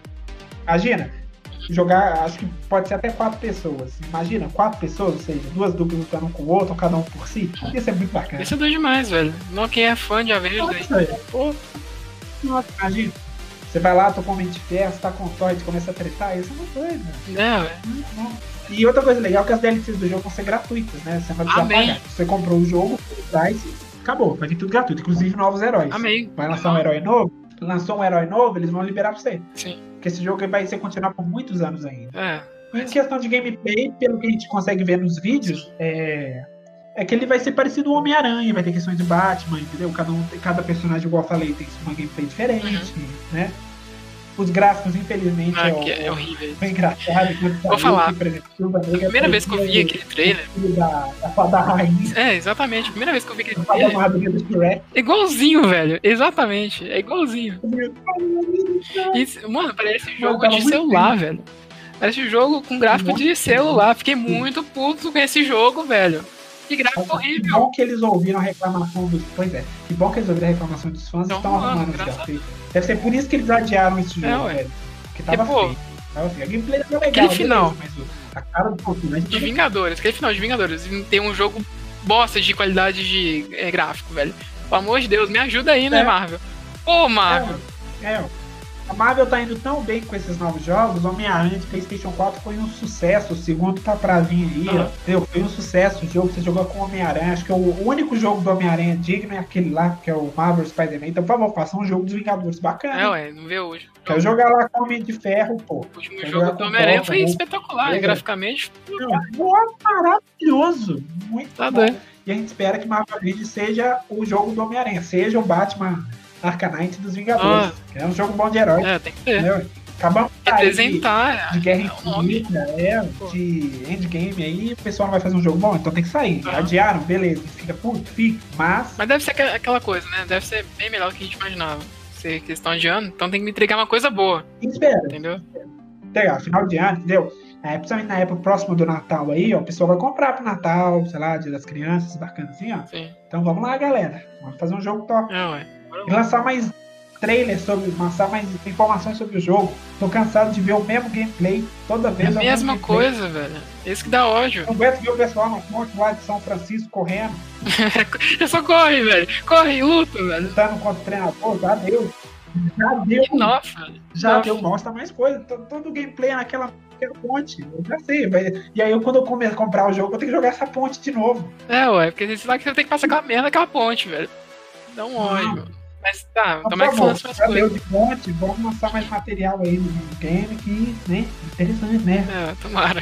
Imagina, jogar, acho que pode ser até quatro pessoas. Imagina, quatro pessoas, ou seja, duas duplas lutando um com o outro, cada um por si. Isso é muito bacana. Ia ser doido demais, velho. Não, quem é fã de Avengers aí. Nossa, velho. Pô, Nossa, imagina. Você vai lá, tô com Homem de Ferro, você tá com o Thor, e começa a tretar, isso é muito doido, velho. é, velho. Muito bom. E outra coisa legal é que as D L Cs do jogo vão ser gratuitas, né? Você não vai precisar Amém. pagar. Você comprou o jogo, o price, acabou. Vai vir tudo gratuito, inclusive novos heróis. Amém. Vai lançar um herói novo, lançou um herói novo, eles vão liberar pra você. Sim. Porque esse jogo vai ser continuar por muitos anos ainda. É. Em questão de gameplay, pelo que a gente consegue ver nos vídeos, é, é que ele vai ser parecido ao Homem-Aranha, vai ter questões de Batman, entendeu? Cada, um, cada personagem, igual eu falei, tem uma gameplay diferente, né? Os gráficos, infelizmente, Ah, é, que o- é horrível. foi engraçado. quando saiu, falar. que, por exemplo, Silva Negra Primeira vez que eu vi parecia aquele trailer. o filho Da, da fada rainha, É, exatamente. Primeira vez que eu vi aquele da fada trailer. madrinha do Shrek. É igualzinho, velho. Exatamente. É igualzinho. Isso, mano, parece jogo tava de muito celular, velho. Parece jogo com gráfico de celular. Fiquei muito puto com esse jogo, velho. Que gráfico Que horrível. bom que eles ouviram a reclamação dos. Pois é, que bom que eles ouviram a reclamação dos fãs e Tão estão arrumando arrumando, já. graças a Porque Deve ser por isso que eles adiaram esse É, jogo, ué. velho. Porque tava E, pô, feio. Tava feio. A gameplay era legal, aquele beleza, final. mas o- a cara do Fortnite De Vingadores, aquele final de Vingadores. E tem um jogo bosta de qualidade de é, gráfico, velho. Pelo amor de Deus, me ajuda aí, né, É. Marvel? Ô, Marvel. É, ó. A Marvel tá indo tão bem com esses novos jogos. Homem-Aranha de PlayStation quatro foi um sucesso. O segundo tá pra vir aí, ó. Aham. Entendeu? Foi um sucesso o jogo. Você jogou com o Homem-Aranha. Acho que é o único jogo do Homem-Aranha digno é aquele lá, que é o Marvel Spider-Man. Então, por favor, faça um jogo dos Vingadores bacana. É, ué, não vê hoje. Quero jogar lá com o Homem de Ferro, pô. O último Quero jogo jogar do com Homem-Aranha Thor, foi com Hulk. espetacular, Beleza. graficamente. Nossa, maravilhoso. Muito Tá bom. doido. E a gente espera que Marvel Avengers seja o jogo do Homem-Aranha, seja o Batman Arcanite dos Vingadores. que é um jogo bom de herói. É, tem que ter. Entendeu? Acabamos de sair de, Representar. de Guerra é o nome. Infinita, é, de Endgame aí, o pessoal não vai fazer um jogo bom, então tem que sair. Aham. Adiaram, beleza. Fica puto, fica. Mas, Mas deve ser aquela- aquela coisa, né? Deve ser bem melhor do que a gente imaginava. Se que estão adiando, então tem que me entregar uma coisa boa, espera. entendeu? Pegar, final de ano, entendeu? É, principalmente na época próxima do Natal aí, ó, o pessoal vai comprar pro Natal, sei lá, Dia das Crianças, bacana assim, ó. Sim. Então vamos lá, galera. Vamos fazer um jogo top. É, ué. Bora E lá. lançar mais trailers sobre, lançar mais informações sobre o jogo. Tô cansado de ver o mesmo gameplay toda É vez. a o mesmo mesma gameplay. coisa, velho. Esse que dá ódio. Não aguento ver o pessoal na ponte lá de São Francisco correndo, Já só corre, velho. Corre e luta, velho. lutando contra o treinador. Já deu. Já deu. Que nossa, velho. Já Nossa. deu. Mostra mais coisa. Todo, todo o gameplay é naquela, naquela ponte. Eu já sei. Vai. E aí, eu, quando eu começar a comprar o jogo, eu tenho que jogar essa ponte de novo. É, ué, porque você sabe que você tem que passar aquela merda daquela ponte, velho. Dá um ódio. Mas tá, Por tomara que favor, lance mais já deu coisa. de ponte. Vamos lançar mais material aí no game que, né? Interessante, né? É, tomara.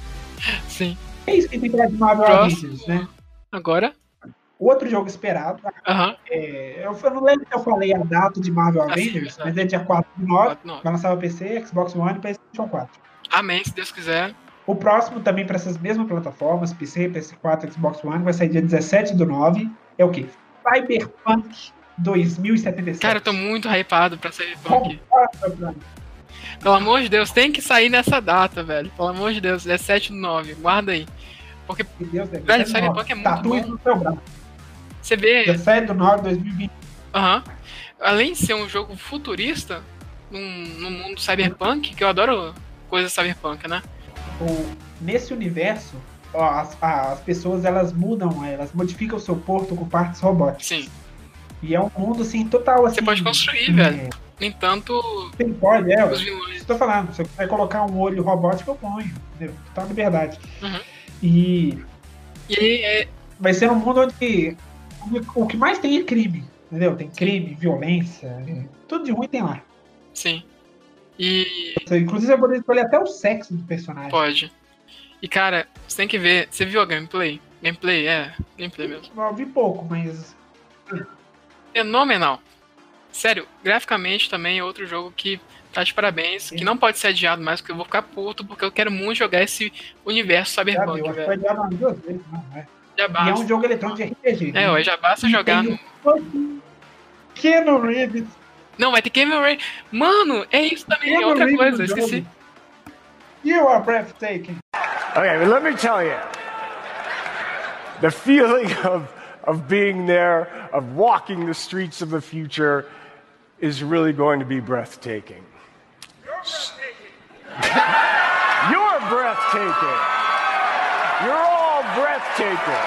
Sim. É isso que tem que falar de Marvel Próximo. Avengers, né? Agora? Outro jogo esperado. Aham. É, eu, eu não lembro se eu falei a data de Marvel Ah, sim, Avengers, verdade. mas é dia quatro de nove. Quatro, não. Vai lançar o P C, Xbox One e PlayStation quatro. Amém, se Deus quiser. O próximo também para essas mesmas plataformas, P C, P S quatro, Xbox One, vai sair dia dezessete do nove. É o quê? Cyberpunk dois mil e setenta e sete. Cara, eu tô muito hypado pra Cyberpunk. Pelo amor de Deus, tem que sair nessa data, velho. Pelo amor de Deus, dezessete do nove, guarda aí. Porque, Deus, velho, Cyberpunk é muito Tatu bom. no seu braço. Você vê... dezessete do nove de dois mil e vinte. Aham. Além de ser um jogo futurista, num, num mundo cyberpunk, que eu adoro coisas cyberpunk, né? O, nesse universo, ó, as, as pessoas elas mudam, elas modificam o seu porto com partes robóticas. Sim. E é um mundo assim, total assim. Você pode construir, é, velho. No entanto, Você pode, é. os vilões. Estou falando, se eu quiser colocar um olho robótico, eu ponho. Entendeu? Total liberdade. Uhum. E E aí, é, vai ser um mundo onde o que mais tem é crime. Entendeu? Tem crime, violência, é, tudo de ruim tem lá. sim. E Inclusive, eu poder escolher até o sexo do personagem. pode. E cara, você tem que ver. Você viu a gameplay? Gameplay, é. Gameplay mesmo. Eu vi pouco, mas. Fenomenal. Sério, graficamente também é outro jogo que tá de parabéns, que não pode ser adiado mais, porque eu vou ficar puto, porque eu quero muito jogar esse universo Já cyberpunk, deu, acho que velho. foi adiado umas duas vezes, não, é. Já E é basta. um jogo eletrônico de R P G. É, ué, já basta E jogar tem no... o Keanu Reeves. Não, vai ter Cameron Ray. Mano, é isso também, é Keanu outra Reeves coisa, no eu esqueci. jogo. You are breathtaking. Okay, but let me tell you, the feeling of of being there, of walking the streets of the future, is really going to be breathtaking. You're breathtaking. You're all breathtaking.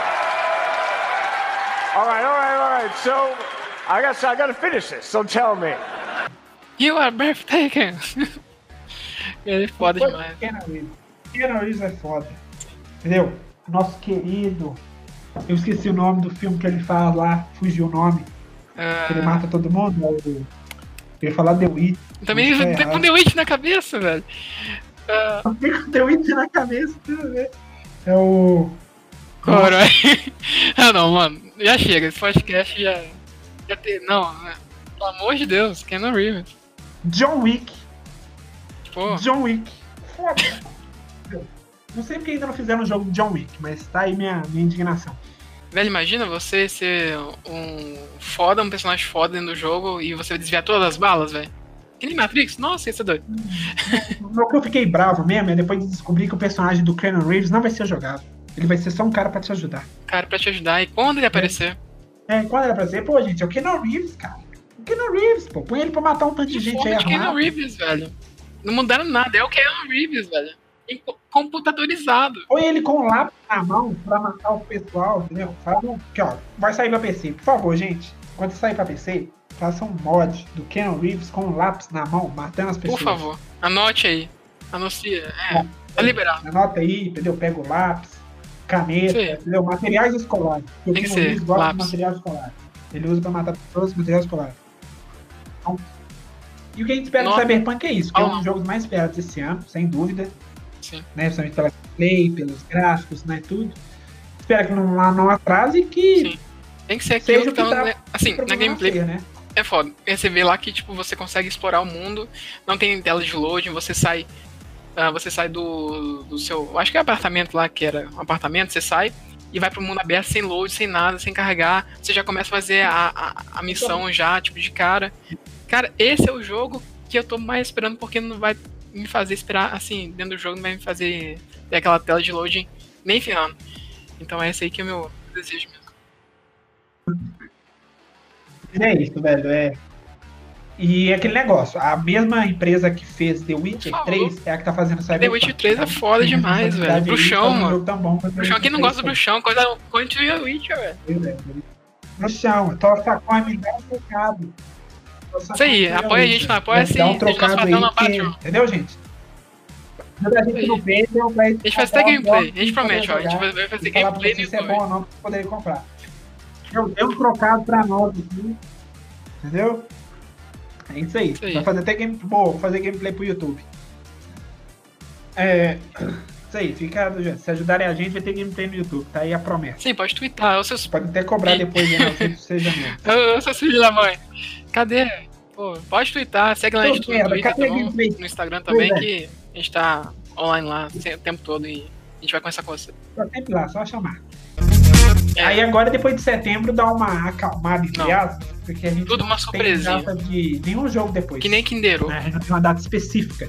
All right, all right, all right. So, I guess I got to finish this. So tell me. You are breathtaking. Ele é foda Foi demais. Keanu Reeves. Keanu Reeves é foda. Entendeu? Nosso querido. Eu esqueci o nome do filme que ele faz lá, fugiu o nome. Ah, Que ele mata todo mundo. é o- Eu ia falar The Witch. também Isso é tem com errado. The Witch na cabeça, velho. Ah, Tem com The Witch na cabeça, tudo bem. É o. Caralho. Ah, não, mano. Já chega. Esse podcast já. Já tem. Não, né? Pelo amor de Deus, Keanu Reeves. John Wick. Pô, John Wick. Foda. Não sei porque ainda não fizeram um jogo de John Wick, mas tá aí minha, minha indignação. velho, imagina você ser um foda, um personagem foda dentro do jogo e você desviar todas as balas, velho. Que nem Matrix? Nossa, isso é doido. O que eu fiquei bravo mesmo é depois de descobrir que o personagem do Keanu Reeves não vai ser jogado. Ele vai ser só um cara pra te ajudar. Cara, pra te ajudar. E quando ele aparecer? É, quando era pra ser, pô, gente, é o Keanu Reeves, cara. O Keanu Reeves, pô. Põe ele pra matar um tanto de Que gente forma aí de Keanu armado. Reeves, velho. Não mudaram nada, é o Keanu Reeves, velho. E co- computadorizado. Põe ele com o lápis na mão pra matar o pessoal, entendeu? Faz um. Aqui, ó. Vai sair pra P C. Por favor, gente. Quando sair pra P C, faça um mod do Keanu Reeves com o lápis na mão, matando as pessoas. Por favor, anote aí. Anuncia. É, tá liberado. Anota aí, entendeu? Pega o lápis, caneta, Sim. entendeu? Materiais escolares. Porque o Tem que Keanu ser, Reeves gosta de lápis. materiais escolares. Ele usa pra matar pessoas, materiais escolares. Então, e o que a gente espera Nossa. do Cyberpunk é isso, que é um Ah. dos jogos mais esperados esse ano, sem dúvida. Sim. Né? Principalmente pela gameplay, pelos gráficos, né? Tudo. Espero que não, não atrase e que Sim. Tem que ser aquilo seja que o que tá, tá no- assim, na promovendo gameplay ser, né? é foda. E você vê lá que, tipo, você consegue explorar o mundo, não tem tela de loading, você sai. ah, você sai do, do seu. Acho que é apartamento lá, que era um apartamento, você sai e vai pro mundo aberto sem load, sem nada, sem carregar. Você já começa a fazer a, a, a missão já, tipo, de cara. Cara, esse é o jogo que eu tô mais esperando, porque não vai me fazer esperar, assim, dentro do jogo, não vai me fazer ter aquela tela de loading nem ferrando. Então é esse aí que é o meu desejo mesmo. É isso, velho. É. E é aquele negócio, a mesma empresa que fez The Witcher Falou. três é a que tá fazendo Cyberpunk. The Witcher três é foda Tem demais, responsabilidade velho. aí de Bruxão, fazer um mano. jogo tão bom quanto The Bruxão, quem não Witcher gosta do três bruxão, coisa quanto The Witcher, velho. foi. É, Bruxão, toca com me dá um trocado. Isso aí, apoia a gente no Apoia-se, Dá um deixa nosso trocado papel aí, na porque- Patreon. entendeu, gente? Ajuda a gente no Patreon pra A gente faz até gameplay, a gente promete, ó. A gente vai vai fazer falar pra gameplay você no se é bom YouTube. ou não pra vocês poderem comprar. Eu dei um trocado pra nós aqui. Entendeu? É isso aí. Isso aí. Vai fazer até game... Boa, vou fazer gameplay pro YouTube. É. Isso aí, fica. Se ajudarem a gente, vai ter gameplay no YouTube. Tá aí a promessa. Sim, pode twittar, eu sou, Pode até cobrar depois aí, não sei se seja mesmo. eu, eu sou filho da mãe. Cadê? Pô, pode twittar, segue lá a gente Tô no vendo, Twitter, cadê tá bom? gameplay? No Instagram também, Pois é. que a gente tá online lá o tempo todo e a gente vai conversar com você. Tá sempre lá, só chamar. É. Aí agora, depois de setembro, dá uma acalmada, entre Não. aspas, porque a gente Tudo não uma tem surpresinha. data de nenhum jogo depois. Que nem Kinderu. Né? A gente não tem uma data específica.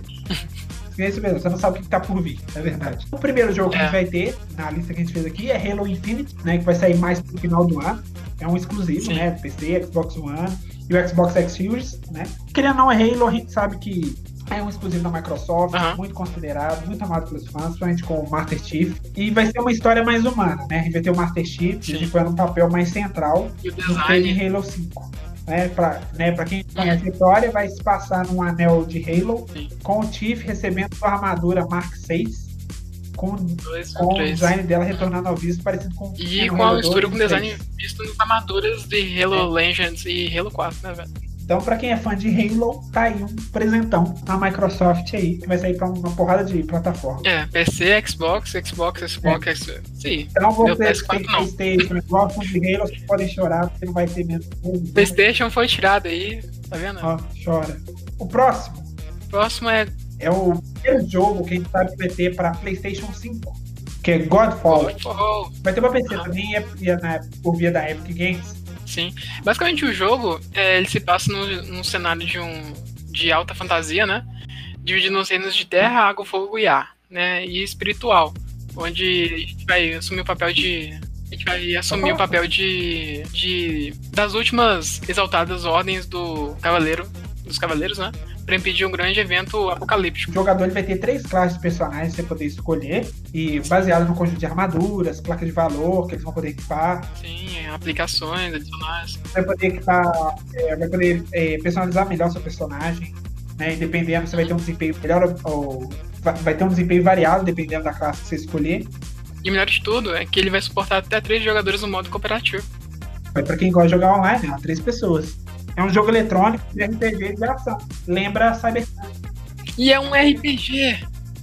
É isso mesmo, você não sabe o que tá por vir, é verdade. O primeiro jogo que É. a gente vai ter, na lista que a gente fez aqui, é Halo Infinite, né? Que vai sair mais pro final do ano. É um exclusivo, Sim. né? P C, Xbox One e o Xbox X Series, né? Querendo ou não, é Halo, a gente sabe que é um exclusivo da Microsoft, Aham. muito considerado, muito amado pelos fãs, principalmente com o Master Chief. E vai ser uma história mais humana, né? A gente vai ter o Master Chief Sim. desempenhando um papel mais central E o do que em design. Halo cinco. Né, pra, né, pra quem conhece a história, vai se passar num anel de Halo, Sim. com o Chief recebendo sua armadura Mark seis, com, dois com ou o três. design dela retornando ao visto, parecido com E com com o a Halo mistura dois com e design três. visto nas armaduras de Halo Legends e Halo quatro, né, velho? Então, pra quem é fã de Halo, tá aí um presentão na Microsoft aí, que vai sair pra uma porrada de plataforma. É, P C, Xbox, Xbox, Xbox, X... Sim. Então, Meu vocês P S que quatro têm não. PlayStation, gostam de Halo, vocês podem chorar, porque não vai ter mesmo. PlayStation foi tirado aí, tá vendo? Ó, chora. O próximo Próximo é é o primeiro jogo que a gente sabe que vai ter pra PlayStation cinco, que é Godfall. Godfall. Vai ter pra P C Ah. também, é, é na- por via da Epic Games. Sim. Basicamente o jogo, é, ele se passa no- num cenário de um de alta fantasia, né? Dividido nos reinos de terra, água, fogo e ar, né? E espiritual, onde a gente vai assumir o papel de a gente vai assumir o papel de, de das últimas exaltadas ordens do cavaleiro, dos cavaleiros, né? Pra impedir um grande evento O apocalíptico. jogador ele vai ter três classes de personagens pra você poder escolher, e baseado no conjunto de armaduras, placas de valor que eles vão poder equipar. Sim, aplicações adicionais. Vai poder equipar, é, vai poder é, personalizar melhor seu personagem, né? E dependendo, você vai ter um desempenho melhor ou vai, vai ter um desempenho variado dependendo da classe que você escolher. E o melhor de tudo é que ele vai suportar até três jogadores no modo cooperativo. Vai pra quem gosta de jogar online, né? Três pessoas. É um jogo eletrônico de R P G de ação. Lembra Cyberpunk, E é um R P G.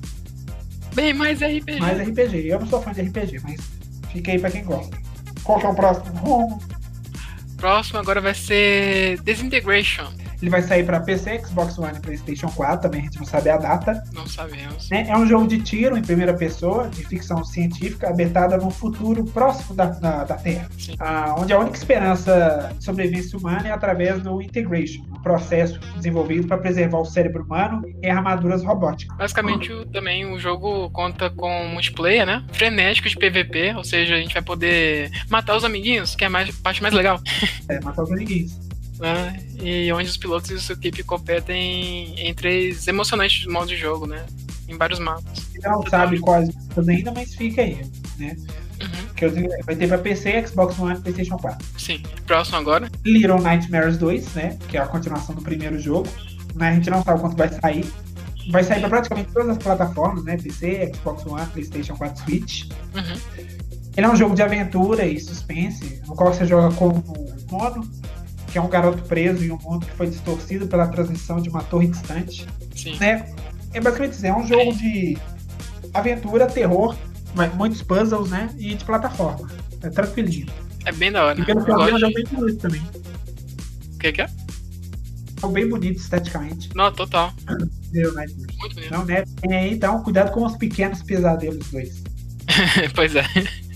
Bem mais R P G. mais R P G. Eu não sou fã de R P G, mas fica aí pra quem gosta. Qual que é o próximo? Hum, Próximo agora vai ser Disintegration. Ele vai sair pra P C, Xbox One e PlayStation quatro, também a gente não sabe a data. Não sabemos. Né? É um jogo de tiro em primeira pessoa, de ficção científica, ambientada num futuro próximo da, da, da Terra, Sim. ah, onde a única esperança de sobrevivência humana é através do Integration, um processo desenvolvido para preservar o cérebro humano em armaduras robóticas. Basicamente, o- também o jogo conta com multiplayer, né? Frenético de P V P, ou seja, a gente vai poder matar os amiguinhos, que é a mais- parte mais legal. É, matar os amiguinhos. Né? E onde os pilotos e sua equipe competem em três emocionantes modos de jogo, né? Em vários mapas. Você não sabe quais ainda, mas fica aí, né? Uhum. Que eu- vai ter para P C, Xbox One e PlayStation quatro. Sim. Próximo agora. Little Nightmares dois, né? Que é a continuação do primeiro jogo. Né? A gente não sabe quanto vai sair. Vai sair para praticamente todas as plataformas, né? P C, Xbox One, PlayStation quatro, Switch. Uhum. Ele é um jogo de aventura e suspense, no qual você joga como Mono, que é um garoto preso em um mundo que foi distorcido pela transmissão de uma torre distante. Sim. Né? É basicamente isso, é um jogo de aventura, terror, mas muitos puzzles, né? E de plataforma. É tranquilinho. É bem da hora. E pelo que Eu eu vi, é um gosto jogo bem bonito também. O que que é? É um jogo bem bonito esteticamente. Não, total. Little Nightmares. Muito bonito. Não, né? Tem aí, então, cuidado com os pequenos pesadelos dois. Pois é.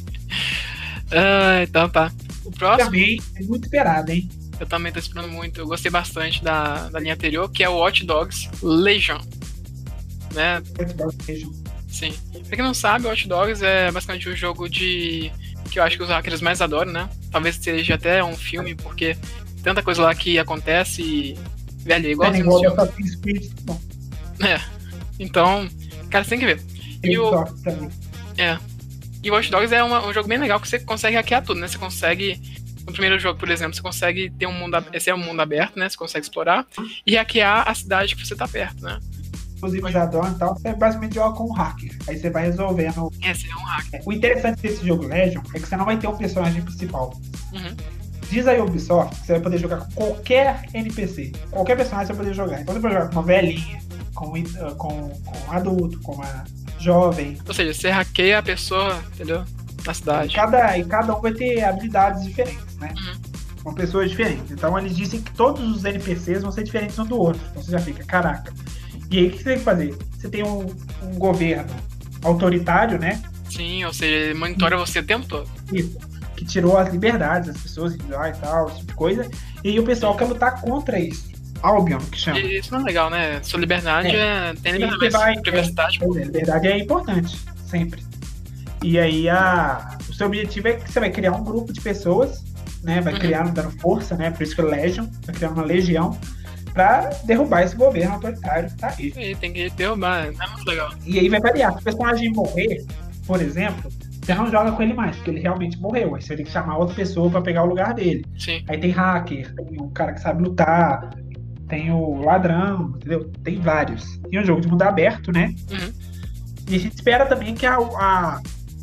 Ah, então tá. O próximo, Também é muito esperado, hein? eu também tô esperando muito. Eu gostei bastante da, da linha anterior, que é o Watch Dogs Legion. Né? Xbox Legion. Sim. Pra quem não sabe, Watch Dogs é basicamente um jogo de... que eu acho que os hackers mais adoram, né? Talvez seja até um filme, porque tanta coisa lá que acontece e... Velho, é É igualzinho igual no da filme. Assassin's Creed. Bom, É. Então, cara, você tem que ver. E o, Ubisoft também. é. E o Watch Dogs é uma- um jogo bem legal que você consegue hackear tudo, né? Você consegue... No primeiro jogo, por exemplo, você consegue ter um mundo... ab- Esse é um mundo aberto, né? Você consegue explorar e hackear a cidade que você tá perto, né? Inclusive os addons e tal, você basicamente joga com um hacker. Aí você vai resolvendo. Esse é um hack. O interessante desse jogo Legion é que você não vai ter um personagem principal. Uhum. Diz a Ubisoft que você vai poder jogar com qualquer N P C. Qualquer personagem você vai poder jogar. Então você pode jogar com uma velhinha, com, uh, com, com um adulto, com uma jovem. Ou seja, você hackeia a pessoa, entendeu? Na E cidade. cada, e cada um vai ter habilidades diferentes, né? Uhum. Com pessoas diferentes. Então eles dizem que todos os N P Cs vão ser diferentes um do outro. Então você já fica, caraca. E aí o que você tem que fazer? Você tem um, um governo autoritário, né? Sim, ou seja, ele monitora você o tempo todo. Isso, que tirou as liberdades das pessoas individuais e tal, esse tipo de coisa. E aí o pessoal quer lutar contra isso. Albion, que chama. E isso não é legal, né? Sua liberdade é, tem E liberdade, você vai, mas privacidade. é, a liberdade é importante, sempre. E aí a, o seu objetivo é que você vai criar um grupo de pessoas, né? Vai Uhum. criar, dando força, né? Por isso que é Legion, vai criar uma legião pra derrubar esse governo autoritário que tá aí. Isso aí, tem que derrubar, não é muito legal. E aí vai variar. Se o personagem morrer, por exemplo, você não joga com ele mais, porque ele realmente morreu. Aí você tem que chamar outra pessoa pra pegar o lugar dele. Sim. Aí tem hacker, tem um cara que sabe lutar, tem o ladrão, entendeu? Tem vários. Tem um jogo de mundo aberto, né? Uhum. E a gente espera também que a, a,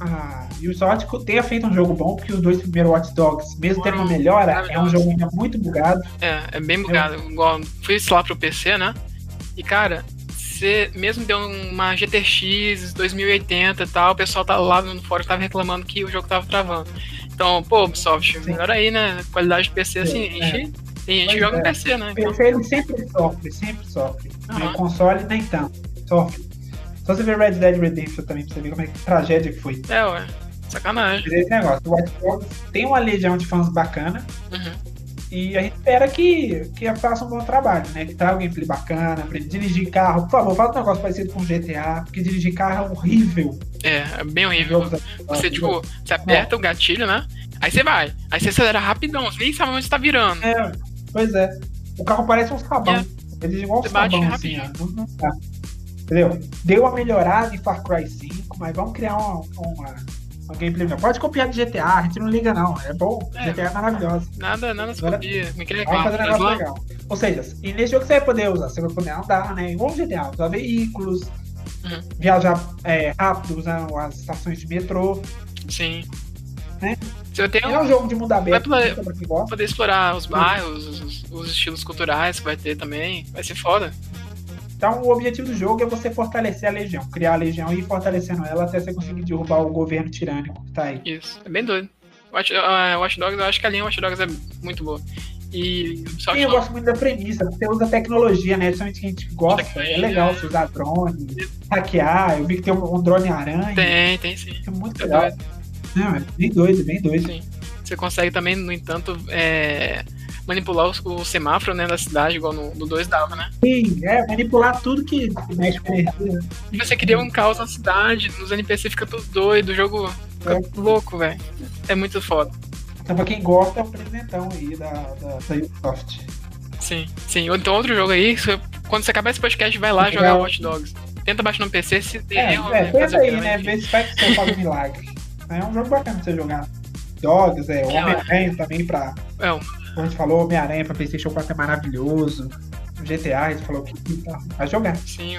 a Ubisoft tenha feito um jogo bom, porque os dois primeiros Watch Dogs, mesmo tendo uma melhora, é um jogo ainda muito bugado. É, é bem bugado. Igual, fui lá pro P C, né? E, cara, você mesmo deu uma G T X dois mil e oitenta e tal, o pessoal tá lá no fórum tava reclamando que o jogo tava travando. Então, pô, Ubisoft, Sim. melhor aí, né? Qualidade de P C, assim, a gente, tem gente que Pois joga no é. P C, né? O Então, P C ele sempre sofre, sempre sofre. Aham. O console nem tanto, sofre. Só você ver Red Dead Redemption também, pra você ver como é que tragédia que foi. é, ué, sacanagem. Mas esse negócio, o Watch Dogs tem uma legião de fãs bacana, Uhum. e a gente espera que, que faça um bom trabalho, né? Que traga um gameplay bacana, pra ele dirigir carro. Por favor, faça um negócio parecido com o G T A, porque dirigir carro é horrível. É, é bem horrível. Você, tipo, você aperta o gatilho, né? Aí você vai. Aí você acelera rapidão, você nem sabe onde você tá virando. É, pois é. O carro parece um sabão. É. Ele dirige igual um Você bate sabão, assim, ó. rapidinho. Não, não dá. Entendeu? Deu uma melhorada em Far Cry cinco, mas vamos criar uma, uma, uma gameplay melhor. Pode copiar do G T A, a gente não liga não. É bom, É. G T A é maravilhoso. Nada, nada se Agora- copia. Me queria Vamos fazer um negócio reclamar. legal. Ou seja, e nesse jogo você vai poder usar, você vai poder andar, né? Igual no G T A, usar veículos, Uhum. viajar é, rápido, usando as estações de metrô. Sim. Né? Você vai ter É um jogo de mundo aberto, Vai né, pra quem gosta. poder explorar os bairros, os, os estilos culturais que vai ter também. Vai ser foda. Então, o objetivo do jogo é você fortalecer a legião, criar a legião e ir fortalecendo ela até você conseguir derrubar o governo tirânico que tá aí. Isso. É bem doido. Watch, uh, Watch Dogs, eu acho que a linha Watch Dogs é muito boa. E só E eu gosto muito da premissa, você usa tecnologia, né? Principalmente que a gente gosta, Tecnologia. é legal você usar drone, hackear. Eu vi que tem um, um drone aranha. tem, tem sim. É muito É legal. doido. Não, é bem doido, bem doido. Sim. Você consegue também, no entanto, é, manipular o, o semáforo, né, da cidade, igual no, no dois dava, né? Sim, é manipular tudo que mexe com energia. E você cria um caos na cidade, nos N P C fica tudo doido, o jogo fica É. louco, velho. É muito foda. Então, pra quem gosta, é um presentão aí da, da, da Ubisoft. Sim, sim. Ou então outro jogo aí, você- quando você acabar esse podcast, vai lá Legal. jogar Watch Dogs. Tenta baixar no P C, se der É, erro, é, né, pensa fazer o aí, quê, né? enfim. Vê se vai que você faz um milagre. É um jogo bacana pra você jogar. Dogs, é, Homem-Aranha também pra. É, um- Como a gente falou, Homem-Aranha pra PlayStation quatro é maravilhoso. O G T A, a gente falou que tá, vai jogar. sim.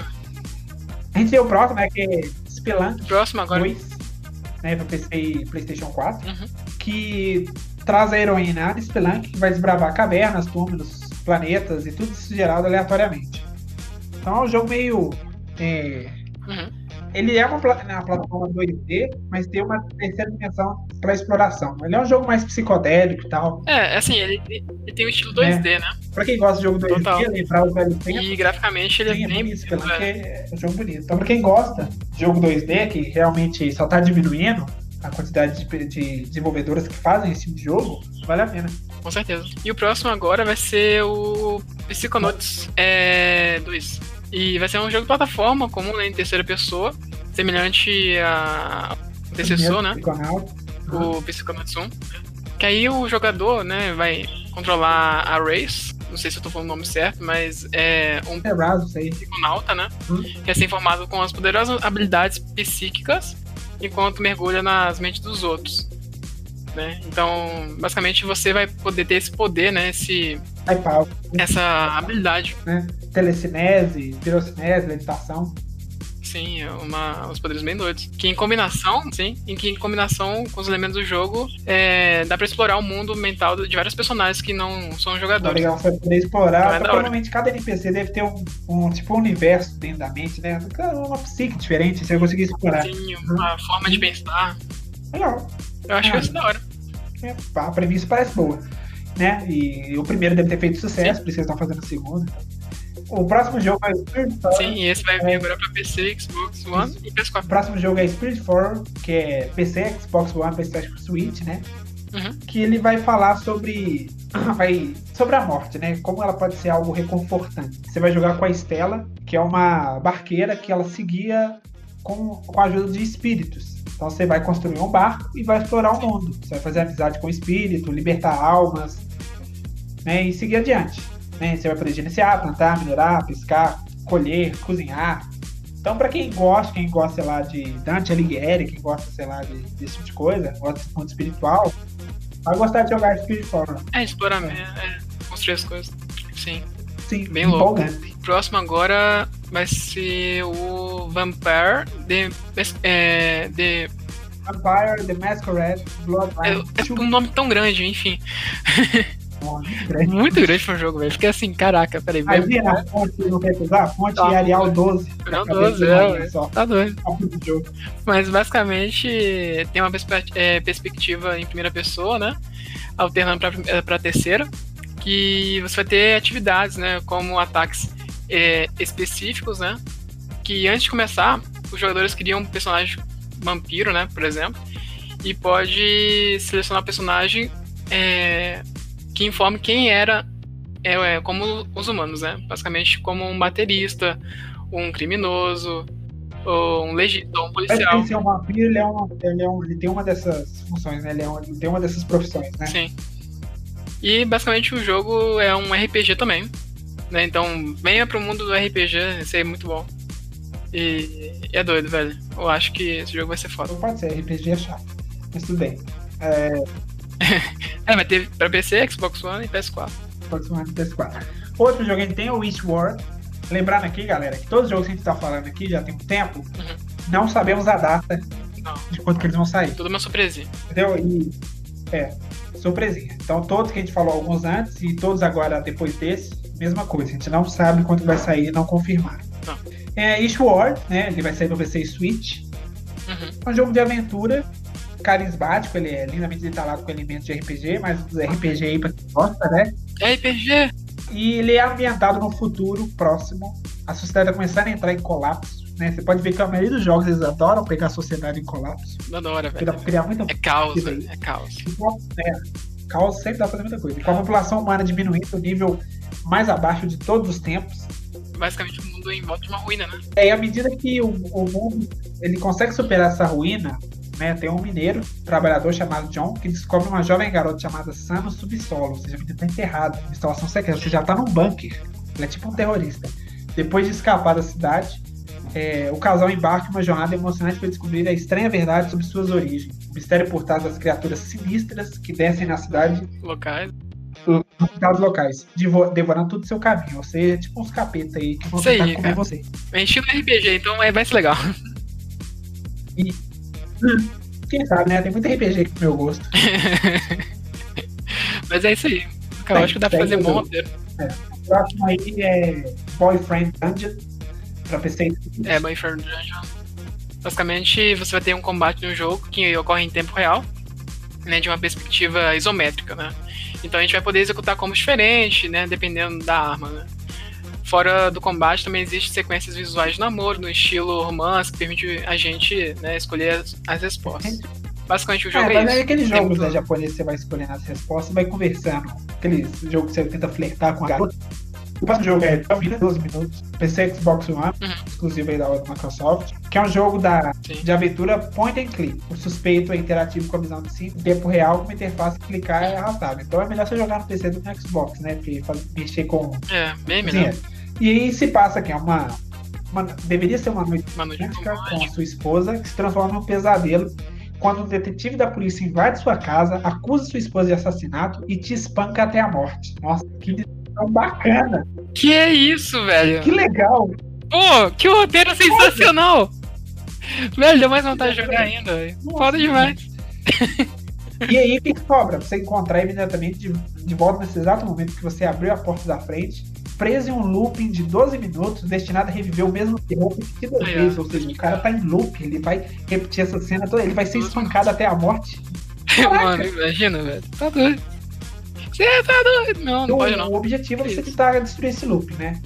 A gente tem o próximo, né? Que é Spelunk Próximo agora. dois, né? Pra P C e PlayStation quatro. Uhum. Que traz a heroína Spelunk, que vai desbravar cavernas, túmulos, planetas e tudo isso gerado aleatoriamente. Então é um jogo meio. é, Uhum. Ele é uma, pla- uma plataforma dois D, mas tem uma terceira dimensão para exploração. Ele é um jogo mais psicodélico e tal. É, assim, ele, ele tem o estilo dois D, né? Pra quem gosta de jogo dois D, Total. lembrar os velhos tempos, E graficamente ele é sim, é bem. bonito, Spelunk é, é um jogo bonito. Então, pra quem gosta de jogo dois D, que realmente só tá diminuindo a quantidade de, de desenvolvedoras que fazem esse tipo de jogo, vale a pena. com certeza. E o próximo agora vai ser o Psychonauts é, dois. E vai ser um jogo de plataforma comum, né, em terceira pessoa, semelhante a o antecessor, né? Psychonauts. O Psychonauts um. Que aí o jogador, né, vai controlar a Race, não sei se eu tô falando o nome certo, mas é um É raso isso aí. psiconauta, né? Hum. Que é ser informado com as poderosas habilidades psíquicas enquanto mergulha nas mentes dos outros. Né? Então, basicamente, você vai poder ter esse poder, né? Esse, Aí pau, essa habilidade. né? Telecinese, pirocinese, levitação. Sim, é uma, uns poderes bem doidos. Que em combinação, sim, em que em combinação com os elementos do jogo, é, dá pra explorar o mundo mental de vários personagens que não são Tá jogadores. legal, você vai poder explorar. Não é da hora. Provavelmente cada N P C deve ter um, um tipo um universo dentro da mente, né? Uma psique diferente, você vai conseguir explorar. Sim, uma forma de pensar. Legal. Eu acho Ah. que vai ser da hora. É, a premissa parece boa. Né? E o primeiro deve ter feito sucesso, por isso eles estão fazendo o segundo. O próximo jogo é Spirit Forum. Sim, e esse vai vir agora pra P C, Xbox One e P S O quatro. próximo jogo é Spirit Forum, que é P C, Xbox One, PlayStation Switch, né? Uhum. Que ele vai falar sobre vai, sobre a morte, né? Como ela pode ser algo reconfortante. Você vai jogar com a Stella, que é uma barqueira que ela seguia com, com a ajuda de espíritos. Então você vai construir um barco e vai explorar o mundo. Você vai fazer amizade com o espírito, libertar almas, né? E seguir adiante. Né? Você vai poder gerenciar, plantar, minerar, pescar, colher, cozinhar. Então, pra quem gosta, quem gosta, sei lá, de Dante Alighieri, quem gosta, sei lá, de, desse tipo de coisa, gosta desse mundo espiritual, vai gostar de jogar Spirit Forum. É, explorar, é. É, construir as coisas. Sim. Sim, Bem louco. empolgante. Próximo agora vai ser o Vampire The, é, The Vampire, The Masquerade, Bloodline. É, é um nome tão grande, enfim. Grande. Muito grande pro jogo, velho. Fiquei assim, caraca, peraí. Aí vira a fonte, não quer usar? A fonte Tá. Arial doze. Não, Acabei de doze, chamar é, ele velho. só. Tá doido. Rápido do jogo. Mas basicamente tem uma perspe- é, perspectiva em primeira pessoa, né? Alternando pra, é, pra terceira. Que você vai ter atividades, né? Como ataques é, específicos, né? Que antes de começar, os jogadores criam um personagem vampiro, né? Por exemplo. E pode selecionar um personagem é, que informe quem era é, é, como os humanos, né? Basicamente como um baterista, um criminoso, ou um legista, ou um Mas policial. ele ser um vampiro, ele, é um, ele, é um, ele tem uma dessas funções, né? Ele, é um, ele tem uma dessas profissões, né? Sim. E basicamente o jogo é um R P G também, né? Então venha pro mundo do R P G, isso aí é muito bom. E, e é doido, velho. Eu acho que esse jogo vai ser foda. Não pode ser, R P G é chato. Mas tudo bem. É, É, vai ter pra P C, Xbox One e P S quatro. pode ser um P S quatro. Outro jogo que a gente tem é o Wishworld. Lembrando aqui, galera, que todos os jogos que a gente tá falando aqui já tem um tempo, Uhum. não sabemos a data Não, de quando que eles vão sair. tudo uma surpresinha. Entendeu? E é, surpresinha. Então todos que a gente falou alguns antes e todos agora depois desse, mesma coisa. A gente não sabe quando vai sair, não confirmaram. Não. É Wishworld, né? Ele vai sair no P C e Switch. Uhum. É um jogo de aventura, carismático, ele é lindamente detalhado com elementos de R P G, mas os R P G aí pra quem gosta, né? R P G? E ele é ambientado no futuro próximo. A sociedade está começando a entrar em colapso. Né? Você pode ver que a maioria dos jogos eles adoram pegar a sociedade em colapso. Da hora, Porque dá velho. pra criar muita É caos, coisa aí. velho. É caos. É, caos sempre dá pra fazer muita coisa. E com a população humana diminuindo o nível mais abaixo de todos os tempos. Basicamente o mundo em volta de uma ruína, né? É, e à medida que o, o mundo ele consegue superar essa ruína, né, tem um mineiro, um trabalhador chamado John, que descobre uma jovem garota chamada Sam no subsolo. Ou seja, a menina tá enterrada, uma instalação secreta. Você já tá num bunker. Ele é tipo um terrorista. Depois de escapar da cidade, é, o casal embarca em uma jornada emocionante para descobrir a estranha verdade sobre suas origens. O mistério por trás das criaturas sinistras que descem na cidade, Locais. nos cidades locais, devo- devorando tudo seu caminho. Ou seja, tipo uns capeta aí que vão Isso aí, tentar comer cara. você. É estilo R P G, então é, vai ser legal. E quem sabe, né? Tem muito R P G aqui pro meu gosto. Mas é isso aí. Cara, eu acho que dá pra Tem, fazer tem bom tudo. roteiro. O próximo aí é Boyfriend Dungeon pra P C. É, Boyfriend Dungeon. Basicamente, você vai ter um combate no jogo que ocorre em tempo real, né, de uma perspectiva isométrica, né? Então a gente vai poder executar combos diferentes, né, dependendo da arma, né? Fora do combate também existem sequências visuais de namoro no estilo romance que permite a gente, né, escolher as, as respostas. Basicamente o jogo É, é, mas é isso. aqueles Tem jogos muito- né, japoneses que você vai escolhendo as respostas e vai conversando. Aqueles jogos que você tenta flertar com a garota. O próximo jogo é doze minutos, P C, Xbox One, Uhum. exclusivo aí da da Microsoft, que é um jogo da, Sim. de aventura point and click. O suspeito é interativo com a visão de cima, em tempo real, com uma interface clicar e arrastar. Então é melhor você jogar no P C do que no Xbox, né? Porque faz- mexer com É, bem melhor. dinheiro. E aí se passa aqui, é uma, uma- deveria ser uma noite Uma noite romântica com a romântica. sua esposa, que se transforma num pesadelo quando um detetive da polícia invade sua casa, acusa sua esposa de assassinato e te espanca até a morte. Nossa, que decisão bacana! Que é isso, velho? Que legal! Pô, que roteiro sensacional! Velho, deu mais vontade de jogar ainda, velho. Foda demais. E aí, o que que sobra? Você encontrar imediatamente de, de volta nesse exato momento que você abriu a porta da frente, preso em um looping de doze minutos, destinado a reviver o mesmo terror repetidas Ai, vezes. ai. Ou seja, o cara tá em loop, ele vai repetir essa cena toda, ele vai ser espancado até a morte. Mano, imagina, velho. Tá doido. Você tá doido. Não, não Então, pode não. o objetivo é você Isso. tentar destruir esse loop, né?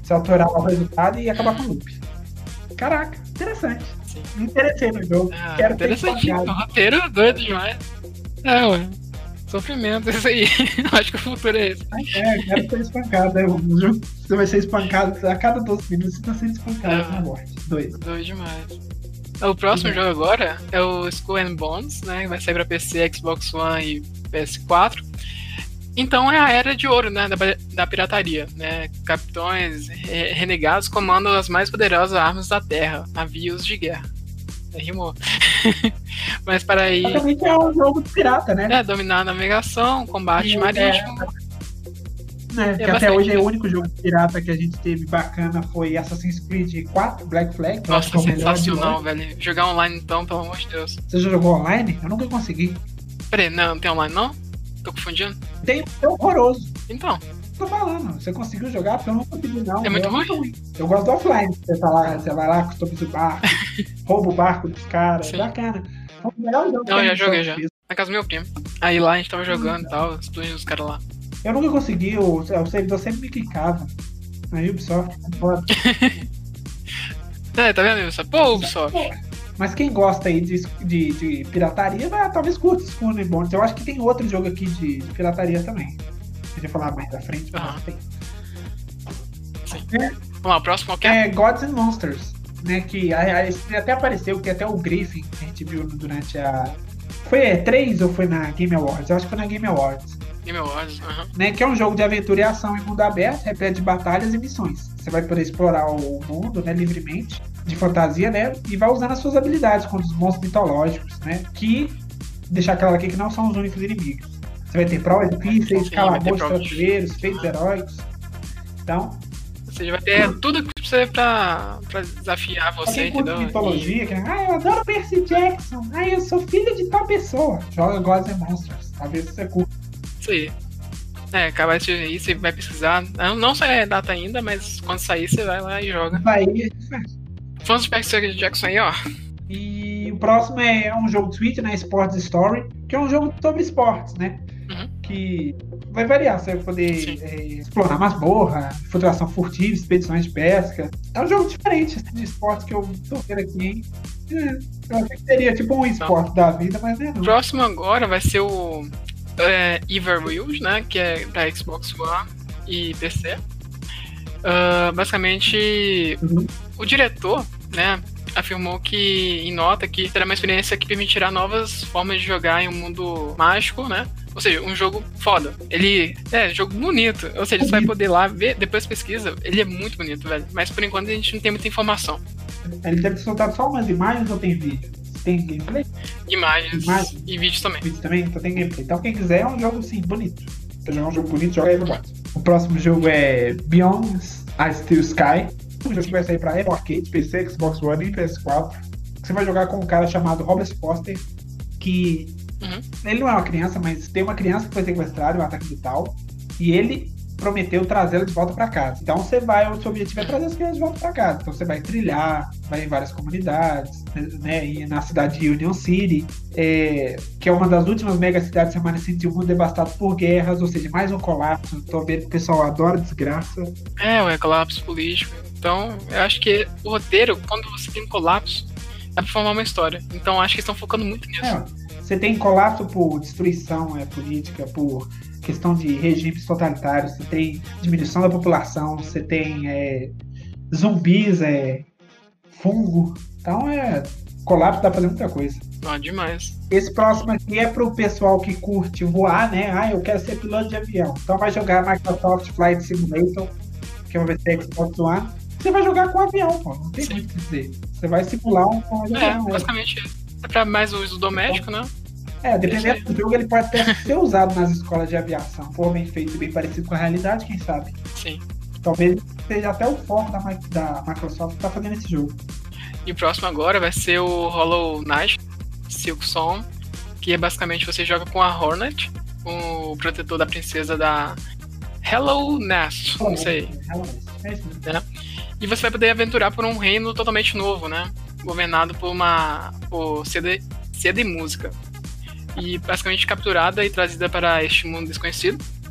Você alterar o resultado e acabar com o loop. Caraca, interessante. Sim. Me interessei no jogo. Ah, Quero ter interessantinho. O espancado. roteiro doido demais. É, ué. Sofrimento, isso aí. Acho que o futuro é esse. É, quero ser espancado. É um jogo que você vai ser espancado a cada doze minutos, você tá sendo espancado Ah. na morte. Dois. Doido demais. O próximo jogo agora é o Skull and Bones, né? Que vai sair pra P C, Xbox One e P S quatro. Então é a era de ouro, né? Da, da pirataria, né? Capitões re- renegados comandam as mais poderosas armas da Terra, navios de guerra. É, rimou. Mas para aí, Basicamente é um jogo de pirata, né? é, dominar a navegação, combate É, marítimo. né? Que até bastante. hoje é o único jogo de pirata que a gente teve bacana foi Assassin's Creed quatro, Black Flag. que eu acho Nossa, que é o melhor de sensacional, longe. velho. Jogar online então, pelo amor de Deus. Você já jogou online? Eu nunca consegui. Peraí, não, não tem online não? Tô confundindo? Tem, é horroroso. Então, Tô falando, você conseguiu jogar porque eu não consegui, não. É muito Eu ruim. Eu gosto do offline. Você, tá lá, você vai lá, customiza o barco, rouba o barco dos caras. Sim. Bacana. É o melhor jogo que não, a eu já gente joguei já. fez. Na casa do meu primo. Aí lá a gente tava jogando e tal, explodindo os caras lá. Eu nunca consegui, o, o servidor sempre me clicava. Aí Ubisoft, foda. É, tá vendo isso? Pô, Ubisoft. Mas quem gosta aí de, de, de pirataria, vai, talvez curta Skull and Bones. Eu acho que tem outro jogo aqui de, de pirataria também. A gente vai falar mais da frente, mas Aham. tem. Sim. É, Vamos lá, o próximo qual que é? é Gods and Monsters, né? Que a, a, esse até apareceu, que até o Griffin que a gente viu durante a. Foi E três ou foi na Game Awards? Eu acho que foi na Game Awards. Game Awards, aham. Né, que é um jogo de aventura e ação em mundo aberto, repleto de batalhas e missões. Você vai poder explorar o mundo, né, livremente, de fantasia, né, e vai usando as suas habilidades contra os monstros mitológicos, né, que, deixar claro aqui que não são os únicos inimigos. Você vai ter provas difíceis, Sim, vai ter calabouços, provas tratoeiros, feitos heróicos. Então, Ou seja, vai ter tudo que precisa pra, pra desafiar pra você, quem curte entendeu? mitologia, que, ah, eu adoro Percy Jackson, ah, eu sou filho de tal pessoa. Joga Gods and Monsters, talvez você curta. E, isso aí. É, acabar de aí, você vai pesquisar. Não, não sai a data ainda, mas quando sair, você vai lá e joga. Aí, a gente faz. Fãs do Percy Jackson aí, ó. E o próximo é um jogo de Switch, né? Sports Story, que é um jogo sobre esportes, né? Uhum. Que vai variar, você vai poder Sim. é, explorar masmorra, infiltração furtiva, expedições de pesca. É um jogo diferente assim, de esportes que eu tô vendo aqui, hein? É, eu achei que seria tipo um esporte da vida, mas não é O não. próximo agora vai ser o é, Ever Wheels, né? Que é pra Xbox One e P C. Ah, basicamente, Uhum. o diretor, né? Afirmou que, em nota, que terá uma experiência que permitirá novas formas de jogar em um mundo mágico, né? Ou seja, um jogo foda. Ele é jogo bonito. Ou seja, você vai poder lá ver, depois pesquisa. Ele é muito bonito, velho. Mas por enquanto a gente não tem muita informação. Ele deve ter soltado só umas imagens ou tem vídeo? Tem gameplay? Imagens Imagem. e vídeos também. Vídeo também? Então tem gameplay. Então quem quiser é um jogo sim, bonito. Quer jogar um jogo bonito, joga aí no bot. O próximo jogo é Beyond a Steel Sky. Um jogo que vai sair pra Apple Arcade, P C, Xbox One e P S quatro. Você vai jogar com um cara chamado Robert Foster, que Uhum. ele não é uma criança, mas tem uma criança que foi sequestrada, um ataque vital, e ele prometeu trazê-la de volta pra casa. Então você vai, o seu objetivo é trazer as crianças de volta pra casa. Então você vai trilhar, vai em várias comunidades, né, e na cidade de Union City, é, que é uma das últimas mega cidades remanescentes de um mundo devastado por guerras, ou seja, mais um colapso. Tô vendo que o pessoal adora desgraça. É, o colapso político. Então, eu acho que o roteiro, quando você tem um colapso, é pra formar uma história. Então, acho que eles estão focando muito nisso. É, você tem colapso por destruição é, política, por questão de regimes totalitários, você tem diminuição da população, você tem é, zumbis, é, fungo. Então, é, colapso dá pra fazer muita coisa. Ah, demais. Esse próximo aqui é pro pessoal que curte voar, né? Ah, eu quero ser piloto de avião. Então vai jogar Microsoft Flight Simulator, que é uma versão Xbox One. Você vai jogar com avião, pô. Não tem Sim. muito o que dizer. Você vai simular um um É, avião. né? basicamente isso. É pra mais uso doméstico, né? É, dependendo Isso do jogo, ele pode até ser usado nas escolas de aviação. For bem feito e bem parecido com a realidade, quem sabe? Sim. Talvez seja até o foco da, Mi- da Microsoft que tá fazendo esse jogo. E o próximo agora vai ser o Hollow Knight, Silk Song, que é basicamente você joga com a Hornet, o protetor da princesa da Hello Nest, não sei. É isso mesmo. E você vai poder aventurar por um reino totalmente novo, né? Governado por uma por C D, C D música. E basicamente capturada e trazida para este mundo desconhecido.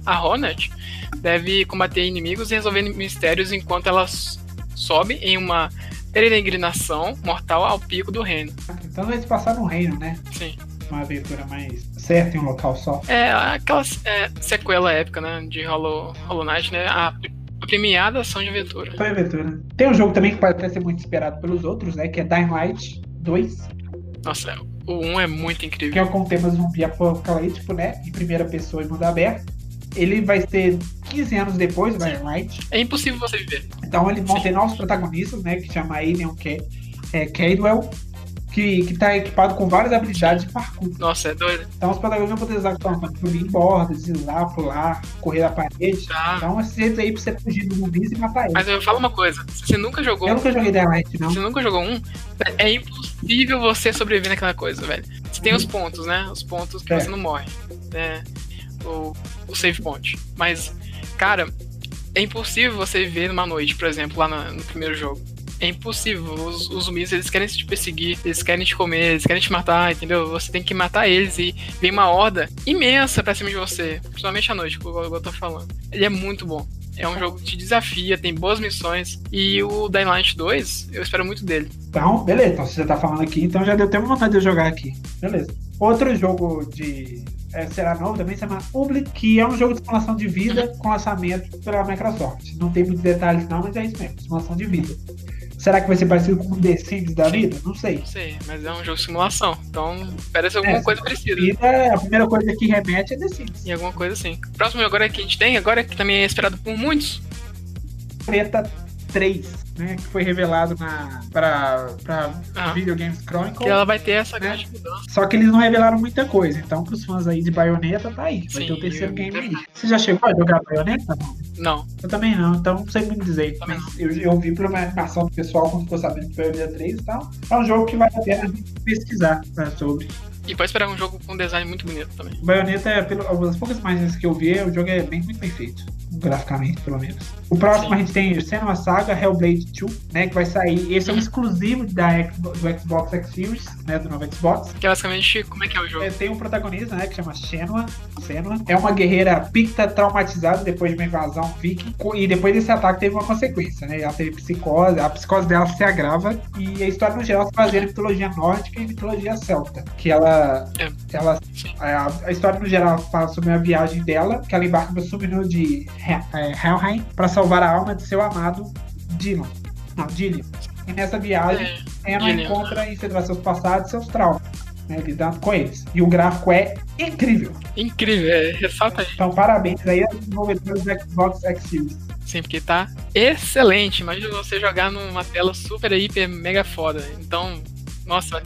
A Hornet deve combater inimigos e resolver mistérios enquanto ela s- sobe em uma peregrinação mortal ao pico do reino. Então vai se passar no reino, né? Sim. Uma aventura mais certa em um local só. É aquela é, sequela épica, né? De Hollow, Hollow Knight, né? A, a premiada ação de aventura. Foi aventura. Tem um jogo também que pode até ser muito esperado pelos outros, né? Que é Dying Light dois. Nossa, o um é muito Que incrível. é com tema zumbi apocalíptico, né? Em primeira pessoa e mundo aberto. Ele vai ser quinze anos depois do Dying Light. É impossível você viver. Então eles vão Sim. ter novos protagonistas, né? Que chama Alien Ca- é, Cadwell. Que, que tá equipado com várias habilidades de parkour. Nossa, é doido. Então os protagonistas vão poder usar para subir em bordas, deslizar, pular, correr da parede. Tá. Então esse jeito aí pra você fugir dos zumbis e matar eles. Mas eu falo uma coisa: se você nunca jogou Eu nunca joguei Dying Light, não. Se você nunca jogou um, é impossível você sobreviver naquela coisa, velho. Você tem os pontos, né? Os pontos que É. você não morre. Né? O, o save point. Mas, cara, é impossível você viver numa noite, por exemplo, lá na- no primeiro jogo. É impossível. Os, os zumbis, eles querem te perseguir, eles querem te comer, eles querem te matar, entendeu? Você tem que matar eles e vem uma horda imensa pra cima de você. Principalmente à noite, como eu tô falando. Ele é muito bom. É um jogo que te desafia, tem boas missões. E o Dying Light dois, eu espero muito dele. Então, beleza. Então, se você tá falando aqui, então já deu até uma vontade de eu jogar aqui. Beleza. Outro jogo de... É, será novo também, se chama Public, que é um jogo de simulação de vida com lançamento pela Microsoft. Não tem muitos detalhes não, mas é isso mesmo, simulação de vida. Será que vai ser parecido com o The Sims da vida? Não sei. Não sei, mas é um jogo de simulação. Então, parece alguma É, coisa parecida. Vida, a primeira coisa que remete é The Sims. E alguma coisa assim. O próximo jogo agora que a gente tem, agora que também é esperado por muitos, Bayonetta três, né, que foi revelado na para para Ah. Video Games Chronicle. que ela vai ter essa É. grande mudança. Só que eles não revelaram muita coisa. Então, pros fãs aí de Bayonetta, tá aí. Vai Sim, ter o terceiro eu- game aí. Você já chegou a jogar Bayonetta? Não. Não, Eu também não, então não sei muito dizer. Também Mas eu, eu vi por uma animação do pessoal quando ficou sabendo que foi o dia três e tal. É um jogo que vale a pena pesquisar, né, sobre. e pode esperar um jogo com um design muito bonito também. O Bayonetta, é, pelo, algumas poucas imagens que eu vi, o jogo é bem, muito bem feito. Graficamente, pelo menos. O próximo Sim. a gente tem Senua Saga Hellblade dois, né? Que vai sair. Esse é um Uhum. exclusivo da, Xbox- do Xbox X Series, né? Do novo Xbox. Que é basicamente como é que é o jogo. É, tem um protagonista, né, que chama Senua. Senua. É uma guerreira picta traumatizada depois de uma invasão viking. Co- E depois desse ataque teve uma consequência, né? Ela teve psicose, a psicose dela se agrava. E a história, no geral, se baseia em mitologia nórdica e mitologia celta. Que ela. É. ela a, a história, no geral, fala sobre a viagem dela, que ela embarca no submarino de He- é, Helheim para salvar a alma de seu amado Dylan. Não, Dillion. E nessa viagem, É, ela Dillion. encontra enfrentar seus passados e seus traumas, né, lidando com eles. E o gráfico é incrível. incrível, é, ressalta aí. Então, parabéns aí aos desenvolvedores do Xbox X Series. Sim, porque tá excelente. Imagina você jogar numa tela super, hiper, mega foda. Então, nossa,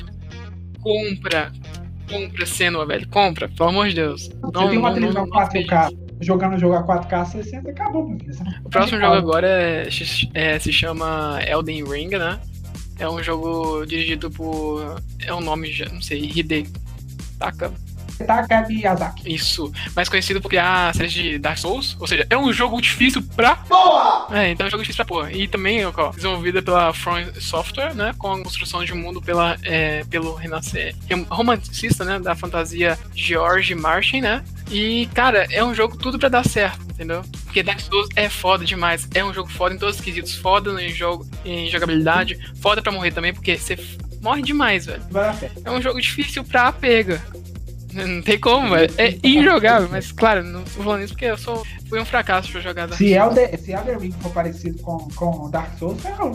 compra. Compra Senua, velho. Compra, pelo amor de Deus. Você tem uma televisão quatro K jogando jogo a quatro K sessenta, acabou, meu filho. Você não- O próximo jogo agora é, é- se chama Elden Ring, né? É um jogo dirigido por. É um nome, já não sei, Hidetaka. Taka Miyazaki. Isso. Mais conhecido por criar a série de Dark Souls. Ou seja, é um jogo difícil pra. Boa! É, então é um jogo difícil pra porra. E também, ó, desenvolvida pela From Software, né? Com a construção de um mundo pela, é, pelo renascer romanticista, né? Da fantasia George Martin, né? E, cara, é um jogo tudo pra dar certo, entendeu? Porque Dark Souls é foda demais. É um jogo foda em todos os quesitos. Foda em, jogo, em jogabilidade. Foda pra morrer também, porque você f- morre demais, velho. Vai dar certo. É um jogo difícil pra pega. Não tem como, velho. É injogável, mas claro, não tô falando isso porque eu sou, fui um fracasso pra jogar Dark Se Souls. Elden, se Elden Ring for parecido com, com Dark Souls, ferrou.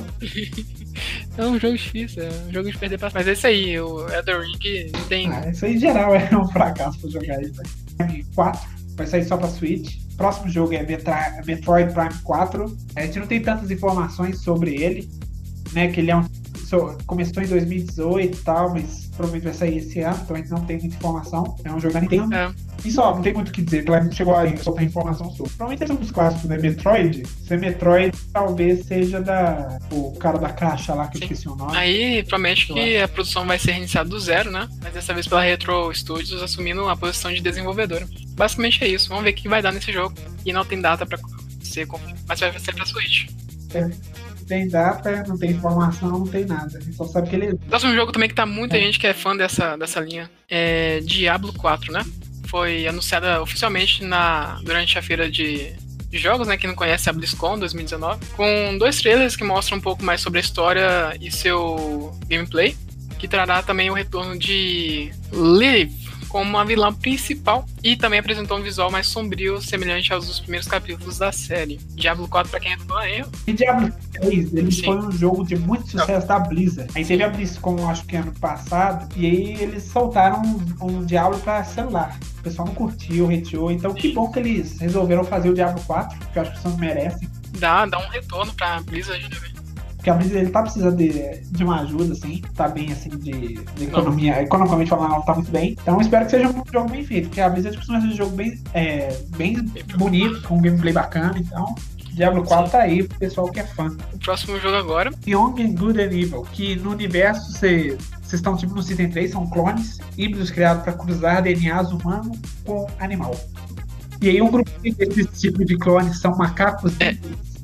É um jogo difícil, é um jogo de perder pra... Mas é isso aí, o Elden Ring não tem... Ah, isso aí em geral é um fracasso pra jogar isso. quatro vai sair só pra Switch. Próximo jogo é Metra- Metroid Prime quatro. A gente não tem tantas informações sobre ele, né? Que ele é um, so- começou em dois mil e dezoito e tal, mas provavelmente vai sair esse ano, então a gente não tem muita informação. É um jogo da Nintendo. É, E só, não tem muito o que dizer, porque ela não chegou a soltar informação sobre. Provavelmente é um dos clássicos, né? Metroid. Se Metroid talvez seja da. O cara da caixa lá, que eu Sim. esqueci o nome. aí promete que a produção vai ser reiniciada do zero, né? Mas dessa vez pela Retro Studios assumindo a posição de desenvolvedora. Basicamente é isso, vamos ver o que vai dar nesse jogo. E não tem data pra ser confirmado, mas vai ser pra Switch. Não tem data, não tem informação, não tem nada. A gente só sabe que ele. Próximo jogo também que tá muita É. gente que é fã dessa, dessa linha é Diablo quatro, né? foi anunciada oficialmente na, durante a feira de, de jogos, né? Quem não conhece, a BlizzCon dois mil e dezenove, com dois trailers que mostram um pouco mais sobre a história e seu gameplay, que trará também o retorno de Lilith como a vilã principal, e também apresentou um visual mais sombrio, semelhante aos dos primeiros capítulos da série. Diablo quatro, pra quem é fã, é... E Diablo três, ele Sim. foi um jogo de muito sucesso da Blizzard. Aí teve a BlizzCon, acho que ano passado, e aí eles soltaram um, um Diablo pra celular. O pessoal não curtiu, reteou, então que bom que eles resolveram fazer o Diablo quatro, que eu acho que vocês merecem. Dá, dá um retorno pra Blizzard, né, velho? Porque a Blizzard ele tá precisando de, de uma ajuda, assim, tá bem, assim, de, de economia, economicamente falando, ela tá muito bem. Então espero que seja um jogo bem feito, porque a Blizzard costuma ser um jogo bem, é, bem bonito, com um gameplay bacana, então Diablo quatro tá aí pro pessoal que é fã. O próximo jogo agora... Young and Good and Evil, que no universo vocês estão tipo no Season três, são clones, híbridos criados para cruzar D N As humano com animal. E aí um grupo desse tipo de clones são macacos. É.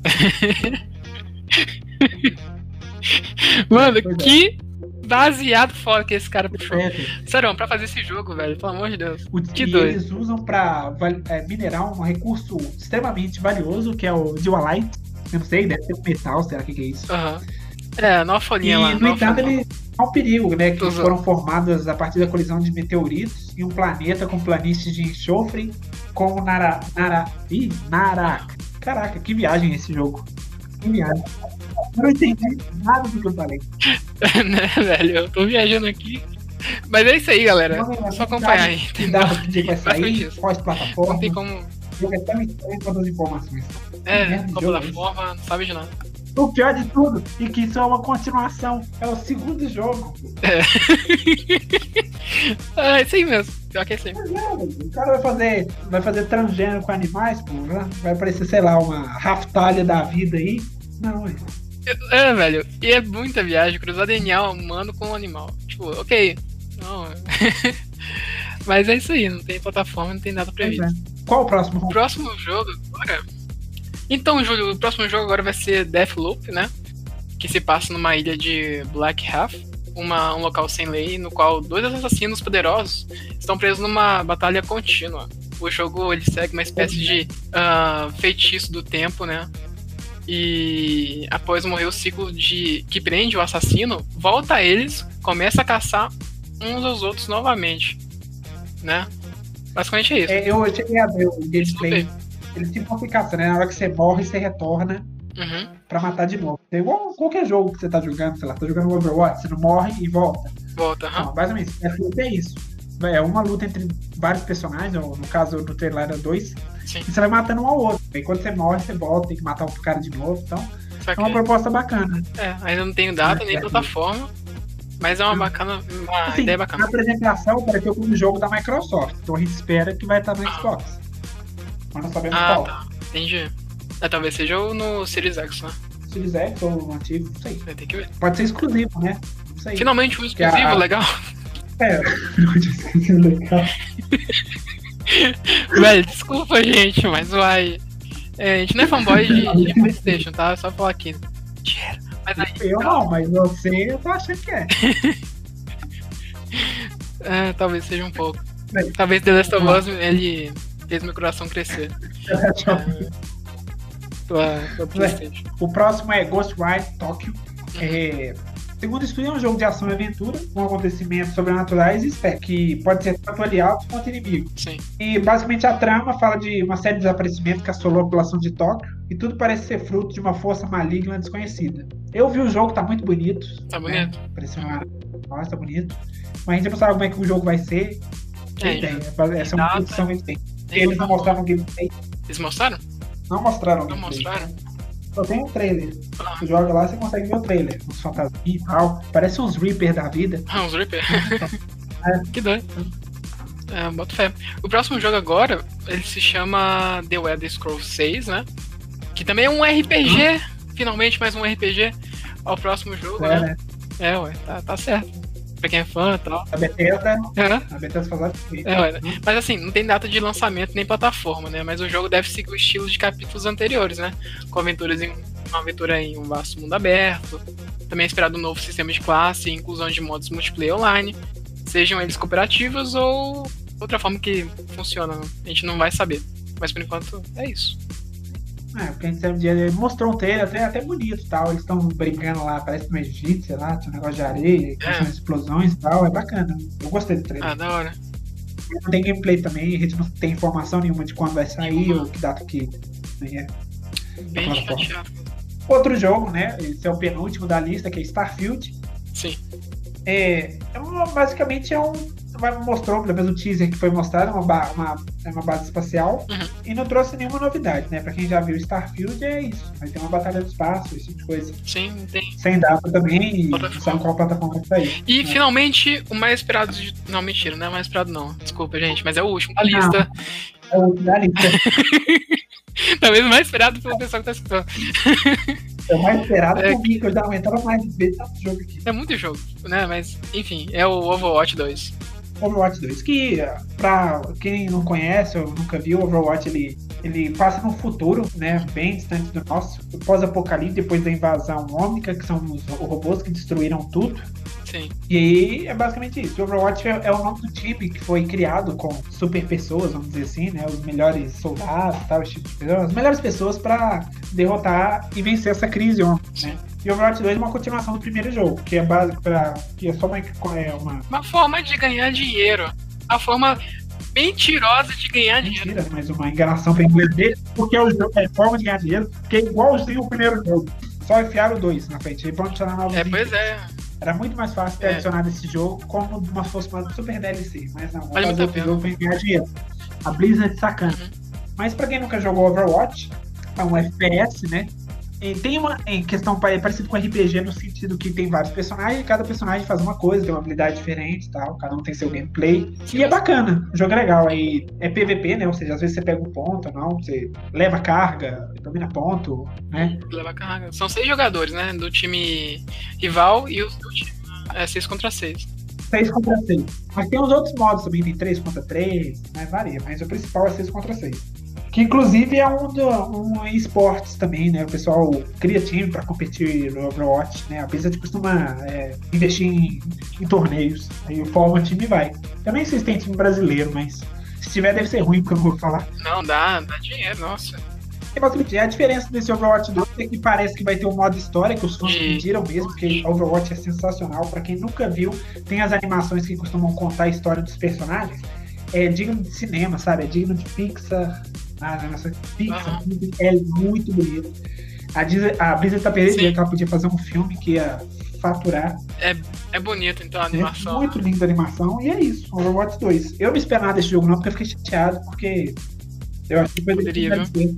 Mano, Pois é. que baseado foda que esse cara puxou. É, Sério, pra fazer esse jogo, velho, pelo amor de Deus. o Que que doido. eles usam para é, minerar um recurso extremamente valioso, que é o Dualite. Eu não sei, deve ser metal, será que, que é isso? Aham. É, nova E, folhinha lá. no nova entanto, folhinha. ele é um perigo, né? Que Usou. foram formadas a partir da colisão de meteoritos em um planeta com planícies de enxofre, como Nara. Nara. Ih, Naraka. Caraca, que viagem esse jogo. Que viagem. Eu não entendi nada do que eu falei. Né, velho? Eu tô viajando aqui. Mas é isso aí, galera. Não, É só acompanhar aí. Que data que dia vai Basicamente sair, isso. quais Não plataformas. tem como. O jogo é tão estranho quanto as informações. É, merda de qual jogo é plataforma, não sabe de nada. O pior de tudo é que isso é uma continuação. É o segundo jogo. É isso aí mesmo. Pior que é isso aí. Mas é, o cara vai fazer, vai fazer transgênero com animais, pô. né? Vai aparecer, sei lá, uma raftalha da vida aí. Não, é. É, velho. E é muita viagem cruzar D N A humano com um animal. Tipo, ok. Não. Mas é isso aí. Não tem plataforma, não tem nada Pois previsto. é. Qual o próximo? O próximo jogo agora. Então, Júlio, o próximo jogo agora vai ser Deathloop, né? Que se passa numa ilha de Black Half, uma, um local sem lei, no qual dois assassinos poderosos estão presos numa batalha contínua. O jogo ele segue uma espécie de ah, feitiço do tempo, né? E após morrer o ciclo de que prende o assassino, volta a eles, começa a caçar uns aos outros novamente, né? Basicamente é isso. É, eu cheguei a ver o gameplay. Deathloop. Ele tem uma aplicação, né? Na hora que você morre, você retorna Uhum. pra matar de novo. É igual qualquer jogo que você tá jogando, sei lá, tá jogando Overwatch, você não morre e volta. Volta, aham. Não, basicamente, Deathloop é isso. É uma luta entre vários personagens, ou no caso do trailer era dois, Sim. e você vai matando um ao outro. Aí quando você morre, você volta, tem que matar outro cara de novo. Então, Só é uma que, proposta bacana. é, ainda não tenho data nem É, plataforma, mas é uma bacana, uma Assim, ideia na bacana. apresentação pareceu como um jogo da Microsoft, então a gente espera que vai estar no Xbox. Mas não sabemos Ah, qual. tá. Entendi. É, talvez seja o no Series X, né? Series X ou no antigo, não sei. Vai ter que ver. Pode ser exclusivo, né? Não sei. Finalmente um exclusivo, a- legal. É, legal. Velho, desculpa, gente, mas vai. É, a gente não é fanboy de, de PlayStation, tá? Só falar aqui. Mentira. Mas aí, Eu calma. não, mas você eu tô achando que é. É, talvez seja um pouco. Bem, Talvez The Last of Us ele fez meu coração crescer. Tua, tua PlayStation. O próximo é Ghostwire Tokyo. É, segundo o estúdio, é um jogo de ação e aventura com acontecimentos sobrenaturais e espero que pode ser tanto aliados quanto inimigos. Sim. E basicamente a trama fala de uma série de desaparecimentos que assolou a população de Tóquio e tudo parece ser fruto de uma força maligna desconhecida. Eu vi o jogo, tá muito bonito. Tá né? bonito. Parece uma. Nossa, tá bonito. Mas a gente não sabe como é que o jogo vai ser. É, Tem ideia. Essa é uma data, produção que tem. tem Eles não uma- mostraram o gameplay. Eles mostraram? Não mostraram o Não gameplay. mostraram? Só tem um trailer. Ah. Você joga lá, você consegue ver o trailer. Uns fantasminhas e tal. Parece uns Reaper da vida. Ah, uns Reaper. É. Que doido. É, boto fé. O próximo jogo agora, ele se chama The Elder Scrolls seis, né? Que também é um R P G. Finalmente mais um R P G ao próximo jogo, É, né? né? É, ué, tá, tá certo. Pra quem é fã e tal. A Bethesda. É, A Bethesda faz arte. é, ué. Mas assim, não tem data de lançamento nem plataforma, né? Mas o jogo deve seguir o estilo de capítulos anteriores, né? Com aventuras em uma aventura em um vasto mundo aberto. Também é esperado um novo sistema de classe e inclusão de modos multiplayer online, sejam eles cooperativos ou outra forma que funciona, a gente não vai saber. Mas por enquanto é isso. É, porque a gente sabe, ele mostrou um trailer até, até bonito e tal. Eles estão brincando lá, parece no Egito, sei lá, tinha um negócio de areia, É. são explosões e tal. É bacana. Eu gostei do trailer. Ah, da hora. Não tem gameplay também, a gente não tem informação nenhuma de quando vai sair ou que data que. Né? Bem Plataforma. chateado. Outro jogo, né? Esse é o penúltimo da lista, que é Starfield. Sim. É, é uma, basicamente é um. Vai- Mostrou, pelo menos o teaser que foi mostrado, uma, ba- uma, é uma base espacial. Uhum. E não trouxe nenhuma novidade, né? Pra quem já viu Starfield, é isso. Vai ter uma batalha do espaço, esse tipo de coisa. Sim, tem. Sem data também, e não Plataforma. sabe qual plataforma vai sair. E né? finalmente, o mais esperado de... Não, mentira, não é o mais esperado não. Desculpa, gente, mas é o último da lista. É o da lista. Talvez o mais esperado pelo pessoal que tá escutando. É o mais esperado É por mim, que eu já aumentava mais de vezes tanto jogo aqui. É muito jogo, né? Mas, enfim, é o Overwatch dois. Overwatch dois, que pra quem não conhece ou nunca viu, o Overwatch ele, ele passa num futuro, né, bem distante do nosso, pós-apocalipse, depois da invasão ômnica, que são os robôs que destruíram tudo. Sim. E aí é basicamente isso. O Overwatch é, é o nome do time que foi criado com super pessoas, vamos dizer assim, né, os melhores soldados, tal, esse tipo de pessoas, as melhores pessoas pra derrotar e vencer essa crise ômnica, né? E o Overwatch dois é uma continuação do primeiro jogo, que é básico para que é só uma, é uma Uma forma de ganhar dinheiro. A forma mentirosa de ganhar dinheiro. mentira, mas uma enganação para inglês dele, porque o jogo é forma de ganhar dinheiro, que é igualzinho o primeiro jogo. Só enfiaram o dois na frente, aí vão adicionar novos É, itens. pois é. Era muito mais fácil ter É. adicionado esse jogo como uma fosse uma super D L C, mas não, vamos Vale fazer muito a outro pena. jogo pra ganhar dinheiro. A Blizzard sacana. Uhum. Mas pra quem nunca jogou Overwatch, é um F P S, né? E tem uma em questão pa- é parecido com R P G no sentido que tem vários personagens e cada personagem faz uma coisa, tem uma habilidade diferente e tal, cada um tem seu gameplay. E é bacana, o jogo é legal. Aí é P V P, né? Ou seja, às vezes você pega um ponto, não, você leva carga, domina ponto, né? Leva carga. São seis jogadores, né? Do time rival e os do time. É seis contra seis. seis contra seis. Mas tem os outros modos também, tem três contra três, né? Varia, mas o principal é seis contra seis. Que inclusive é um, do, um esportes também, né? O pessoal cria time para competir no Overwatch, né? A Blizzard costuma é, investir em, em torneios. Aí forma o time e vai. Eu nem sei se tem time brasileiro, mas se tiver deve ser ruim, porque eu não vou falar. Não, dá, dá dinheiro, nossa. E, basicamente, a diferença desse Overwatch dois é que parece que vai ter um modo história, que os fãs E- pediram mesmo, porque Overwatch é sensacional. Pra quem nunca viu, tem as animações que costumam contar a história dos personagens. É digno de cinema, sabe? É digno de Pixar. Ah, nossa, Pixar Aham. é muito bonito. A, Disney, a Blizzard tá perdendo Sim. dinheiro, que ela podia fazer um filme que ia faturar. É, é bonito, então, a É animação. muito linda a animação. E é isso, Overwatch dois. Eu não esperava nada desse jogo não, porque eu fiquei chateado, porque eu acho que foi Poderia, viu?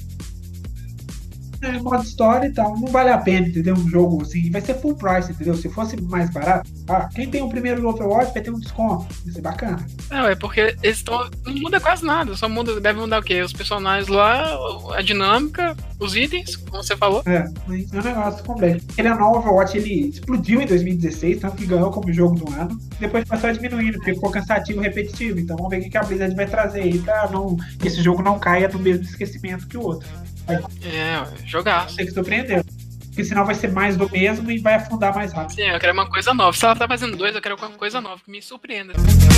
É, modo história e tal, não vale a pena, entendeu? Um jogo assim, vai ser full price, entendeu? Se fosse mais barato, ah, quem tem o primeiro Overwatch vai ter um desconto, vai ser bacana. Não, é porque eles estão. Não muda quase nada, só muda. Deve mudar o quê? Os personagens lá, a dinâmica, os itens, como você falou. É, mas é um negócio complexo. Ele é novo, Overwatch, ele explodiu em dois mil e dezesseis, tanto que ganhou como jogo do ano. Depois passou diminuindo, porque ficou cansativo e repetitivo. Então vamos ver o que a Blizzard vai trazer aí pra não, que esse jogo não caia no mesmo esquecimento que o outro. É, jogar. Tem que surpreender. Porque senão vai ser mais do mesmo e vai afundar mais rápido. Sim, eu quero uma coisa nova. Se ela tá fazendo dois, eu quero alguma coisa nova que me surpreenda.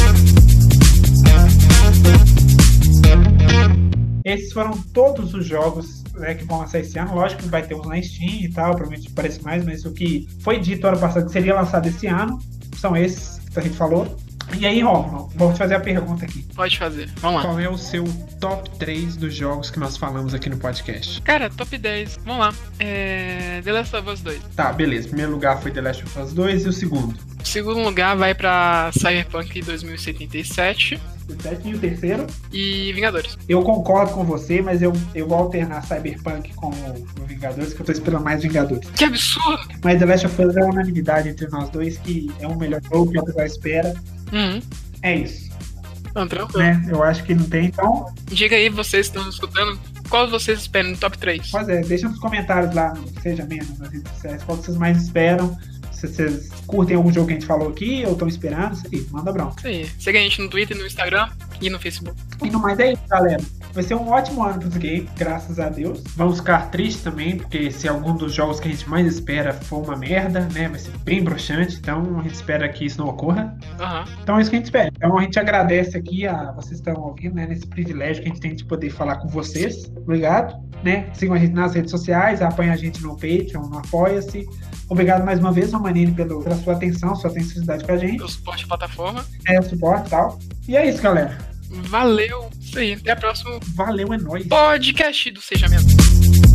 Esses foram todos os jogos, né, que vão lançar esse ano. Lógico que vai ter uns na Steam e tal, provavelmente parece mais, mas o que foi dito ano passado que seria lançado esse ano são esses que a gente falou. E aí, Romulo, vou te fazer a pergunta aqui. Pode fazer. Vamos lá. Qual é o seu top três dos jogos que nós falamos aqui no podcast? Cara, top dez. Vamos lá. É... The Last of Us dois. Tá, beleza. O primeiro lugar foi The Last of Us dois e o segundo? O segundo lugar vai pra Cyberpunk dois mil e setenta e sete O sétimo e o terceiro? e Vingadores. Eu concordo com você, mas eu, eu vou alternar Cyberpunk com o Vingadores, que eu tô esperando mais Vingadores. Que absurdo! Mas The Last of Us é uma unanimidade entre nós dois, que é o melhor jogo que a pessoa espera. Uhum. É isso, Não, tranquilo. né? Eu acho que não tem, então... Diga aí, vocês que estão escutando, qual vocês esperam no top três? Pois é, deixa nos comentários lá, no Seja Menos, nas redes sociais, qual que vocês mais esperam. Se vocês curtem algum jogo que a gente falou aqui, ou estão esperando, isso aí, manda bronca. Isso aí. Segue a gente no Twitter, no Instagram e no Facebook. E no mais é isso, galera. Vai ser um ótimo ano pros games, graças a Deus. Vamos ficar tristes também, porque se algum dos jogos que a gente mais espera for uma merda, né? Vai ser bem broxante, então a gente espera que isso não ocorra. Aham. Então é isso que a gente espera. Então a gente agradece aqui a vocês que estão ouvindo, né? Nesse privilégio que a gente tem de poder falar com vocês. Obrigado, né? Sigam a gente nas redes sociais, apoiem a gente no Patreon, no Apoia-se. Obrigado mais uma vez, Romanini, pelo, pela sua atenção, sua atencionalidade com a gente. O suporte à plataforma. É, o suporte e tal. E é isso, galera. Valeu. Isso aí. Até a próxima Valeu, é nóis. podcast do Seja Menos.